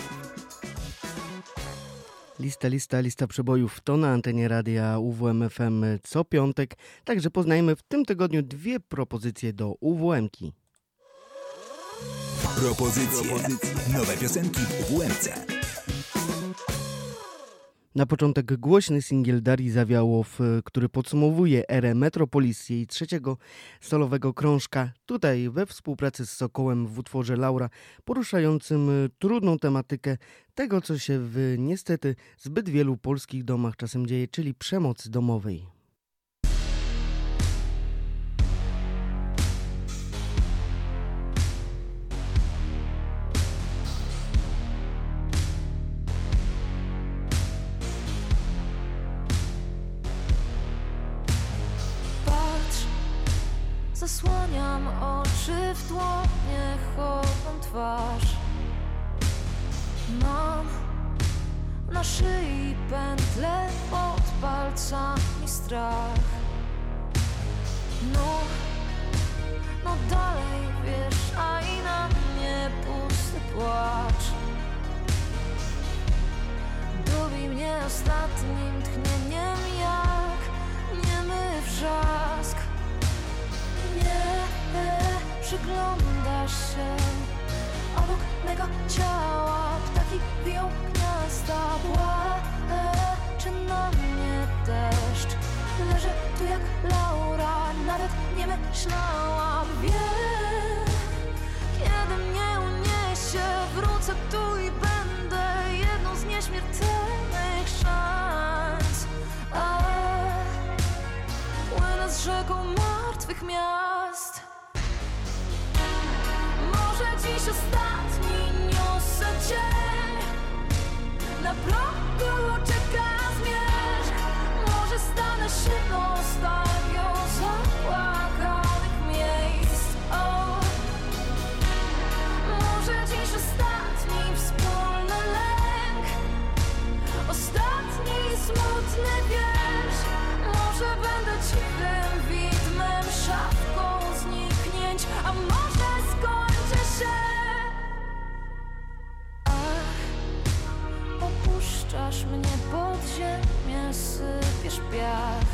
[SPEAKER 1] Lista, lista, lista przebojów to na antenie radia U W M F M co piątek. Także poznajmy w tym tygodniu dwie propozycje do U W M-ki.
[SPEAKER 16] Propozycje. Nowe piosenki w U W M-ce.
[SPEAKER 1] Na początek głośny singiel Darii Zawiałow, który podsumowuje erę Metropolis, jej trzeciego solowego krążka. Tutaj we współpracy z Sokołem w utworze Laura, poruszającym trudną tematykę tego, co się w niestety zbyt wielu polskich domach czasem dzieje, czyli przemoc domowej.
[SPEAKER 10] Zasłaniam oczy w dłonie, chowam twarz. Mam na szyi pętlę, pod palcami strach. No, no dalej wieszaj na mnie pusty płacz. Dobi mnie ostatnim tchnieniem jak niemy wrzask. Nie przyglądasz się obok mego ciała, ptaki biją gniazda, płacze na mnie deszcz. Leżę tu jak Laura, nawet nie myślałam. Wiem, kiedy mnie uniesie, wrócę tu i będę jedną z nieśmiertelnych szans. A płynę z rzeką martwych miast. Może dziś ostatni niosę dzień, na progu czeka zmierzch. Może stanę się nostalgią zapłakanych miejsc. O, może dziś ostatni wspólny lęk, ostatni smutny wiersz. Może będę cichym widmem, szafką zniknięć, a może skończę się. Ach, opuszczasz mnie pod ziemię, sypiesz piach.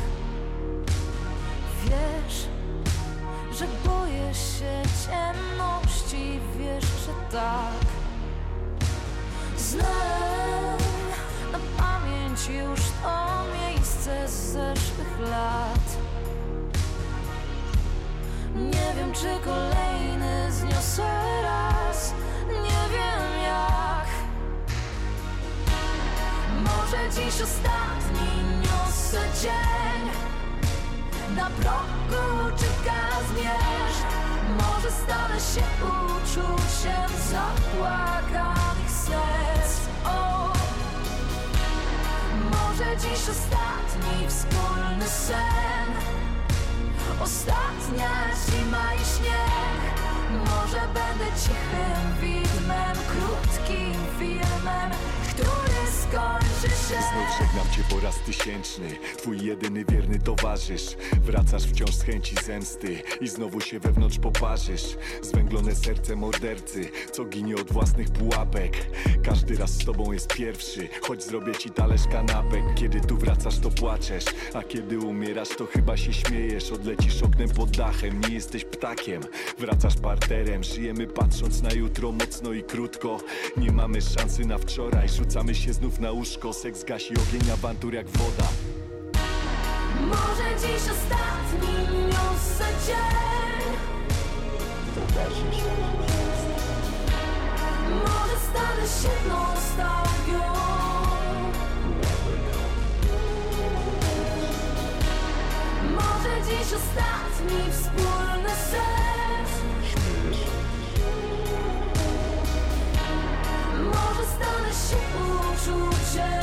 [SPEAKER 10] Wiesz, że boję się ciemności, wiesz, że tak. Znam na pamięć już to miejsce z zeszłych lat. Nie wiem, czy kolejny zniosę raz, nie wiem jak. Może dziś ostatni niosę dzień, na progu czeka zmierzch. Może stanę się uczuciem zapłakanych serc. O, może dziś ostatni wspólny sen, ostatnia zima i śnieg. Może będę cichym widmem, krótkim filmem, który skończy się.
[SPEAKER 17] Znów żegnam cię po raz tysięczny, twój jedyny wierny towarzysz. Wracasz wciąż z chęci zemsty i znowu się wewnątrz poparzysz. Zwęglone serce mordercy, co ginie od własnych pułapek. Każdy raz z tobą jest pierwszy, choć zrobię ci talerz kanapek. Kiedy tu wracasz, to płaczesz, a kiedy umierasz, to chyba się śmiejesz. Odlecisz oknem pod dachem, nie jesteś ptakiem. Wracasz parterem, żyjemy patrząc na jutro mocno i krótko. Nie mamy szansy na wczoraj, rzucamy się znów na łóżko. Seks gasi ogień awantur jak woda.
[SPEAKER 10] Może dziś ostatni niosę dzień,
[SPEAKER 17] towarzysz.
[SPEAKER 10] może stanę się nostalgią. Może dziś ostatni wspólny sens. Może stanę się uczuciem.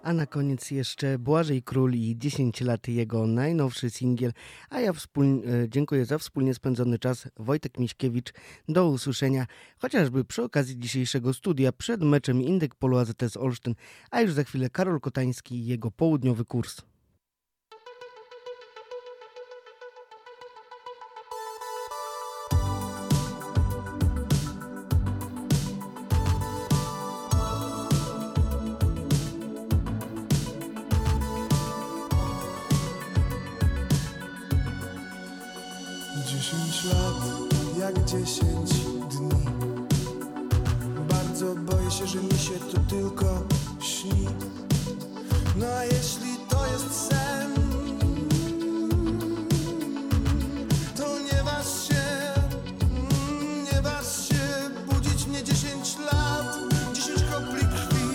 [SPEAKER 1] A na koniec jeszcze Błażej Król i dziesięć lat jego najnowszy singiel, a ja wspól... dziękuję za wspólnie spędzony czas. Wojtek Miśkiewicz, do usłyszenia, chociażby przy okazji dzisiejszego studia przed meczem Indyk Polu A Z S Olsztyn, a już za chwilę Karol Kotański i jego południowy kurs.
[SPEAKER 18] Dziesięć lat, jak dziesięć dni. Bardzo boję się, że mi się to tylko śni. No a jeśli to jest sen, to nie waż się, nie waż się budzić mnie. Dziesięć lat, dziesięć kropli krwi.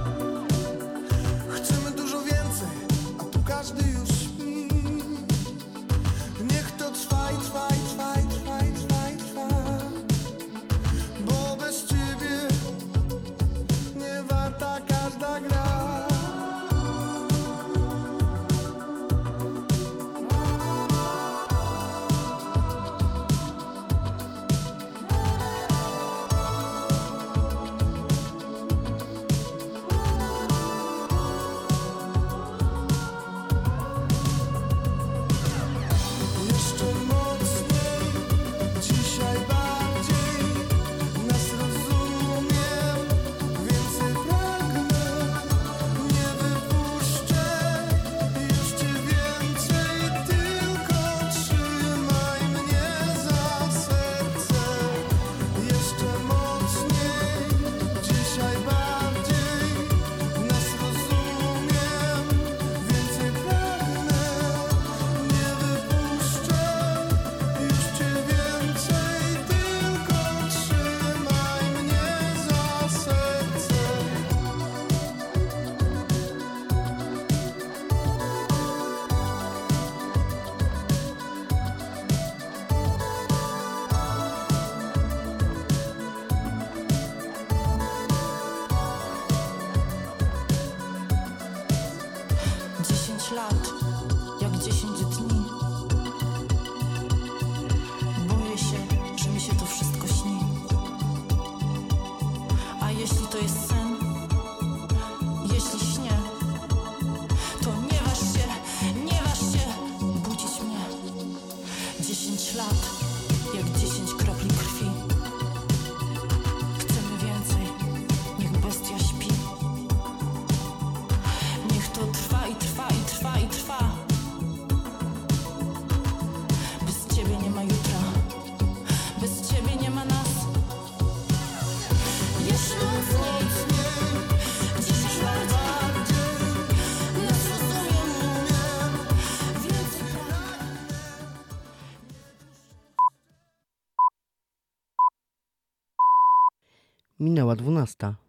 [SPEAKER 18] Chcemy dużo więcej, a tu każdy już śpi. Niech to trwa i trwa i trwa i trwa i trwa i trwa, bo bez ciebie nie warta każda gra. Jeszcze mocniej, dzisiaj bardziej nas rozumiem, więcej pragnę, nie wypuszczę już cię więcej, tylko trzymaj mnie za serce. Jeszcze mocniej, dzisiaj bardziej nas rozumiem, więcej pragnę, nie wypuszczę już cię więcej, tylko trzymaj mnie za serce.
[SPEAKER 19] Dziesięć lat, jak dziesięć dni. Boję się, że mi się to wszystko śni. A jeśli to jest sen, jeśli śnie, to nie waż się, nie waż się budzić mnie. Dziesięć lat, jak dziesięć kropli krwi. Chcemy więcej, niech bestia śpi. Niech to trwa i trwa i trwa i trwa. Bez ciebie nie ma jutra, bez ciebie nie ma nas. Jeszcze mocniej, dziesięć bardziej nas rozumiem, więcej pragnę.
[SPEAKER 1] Minęła dwunasta.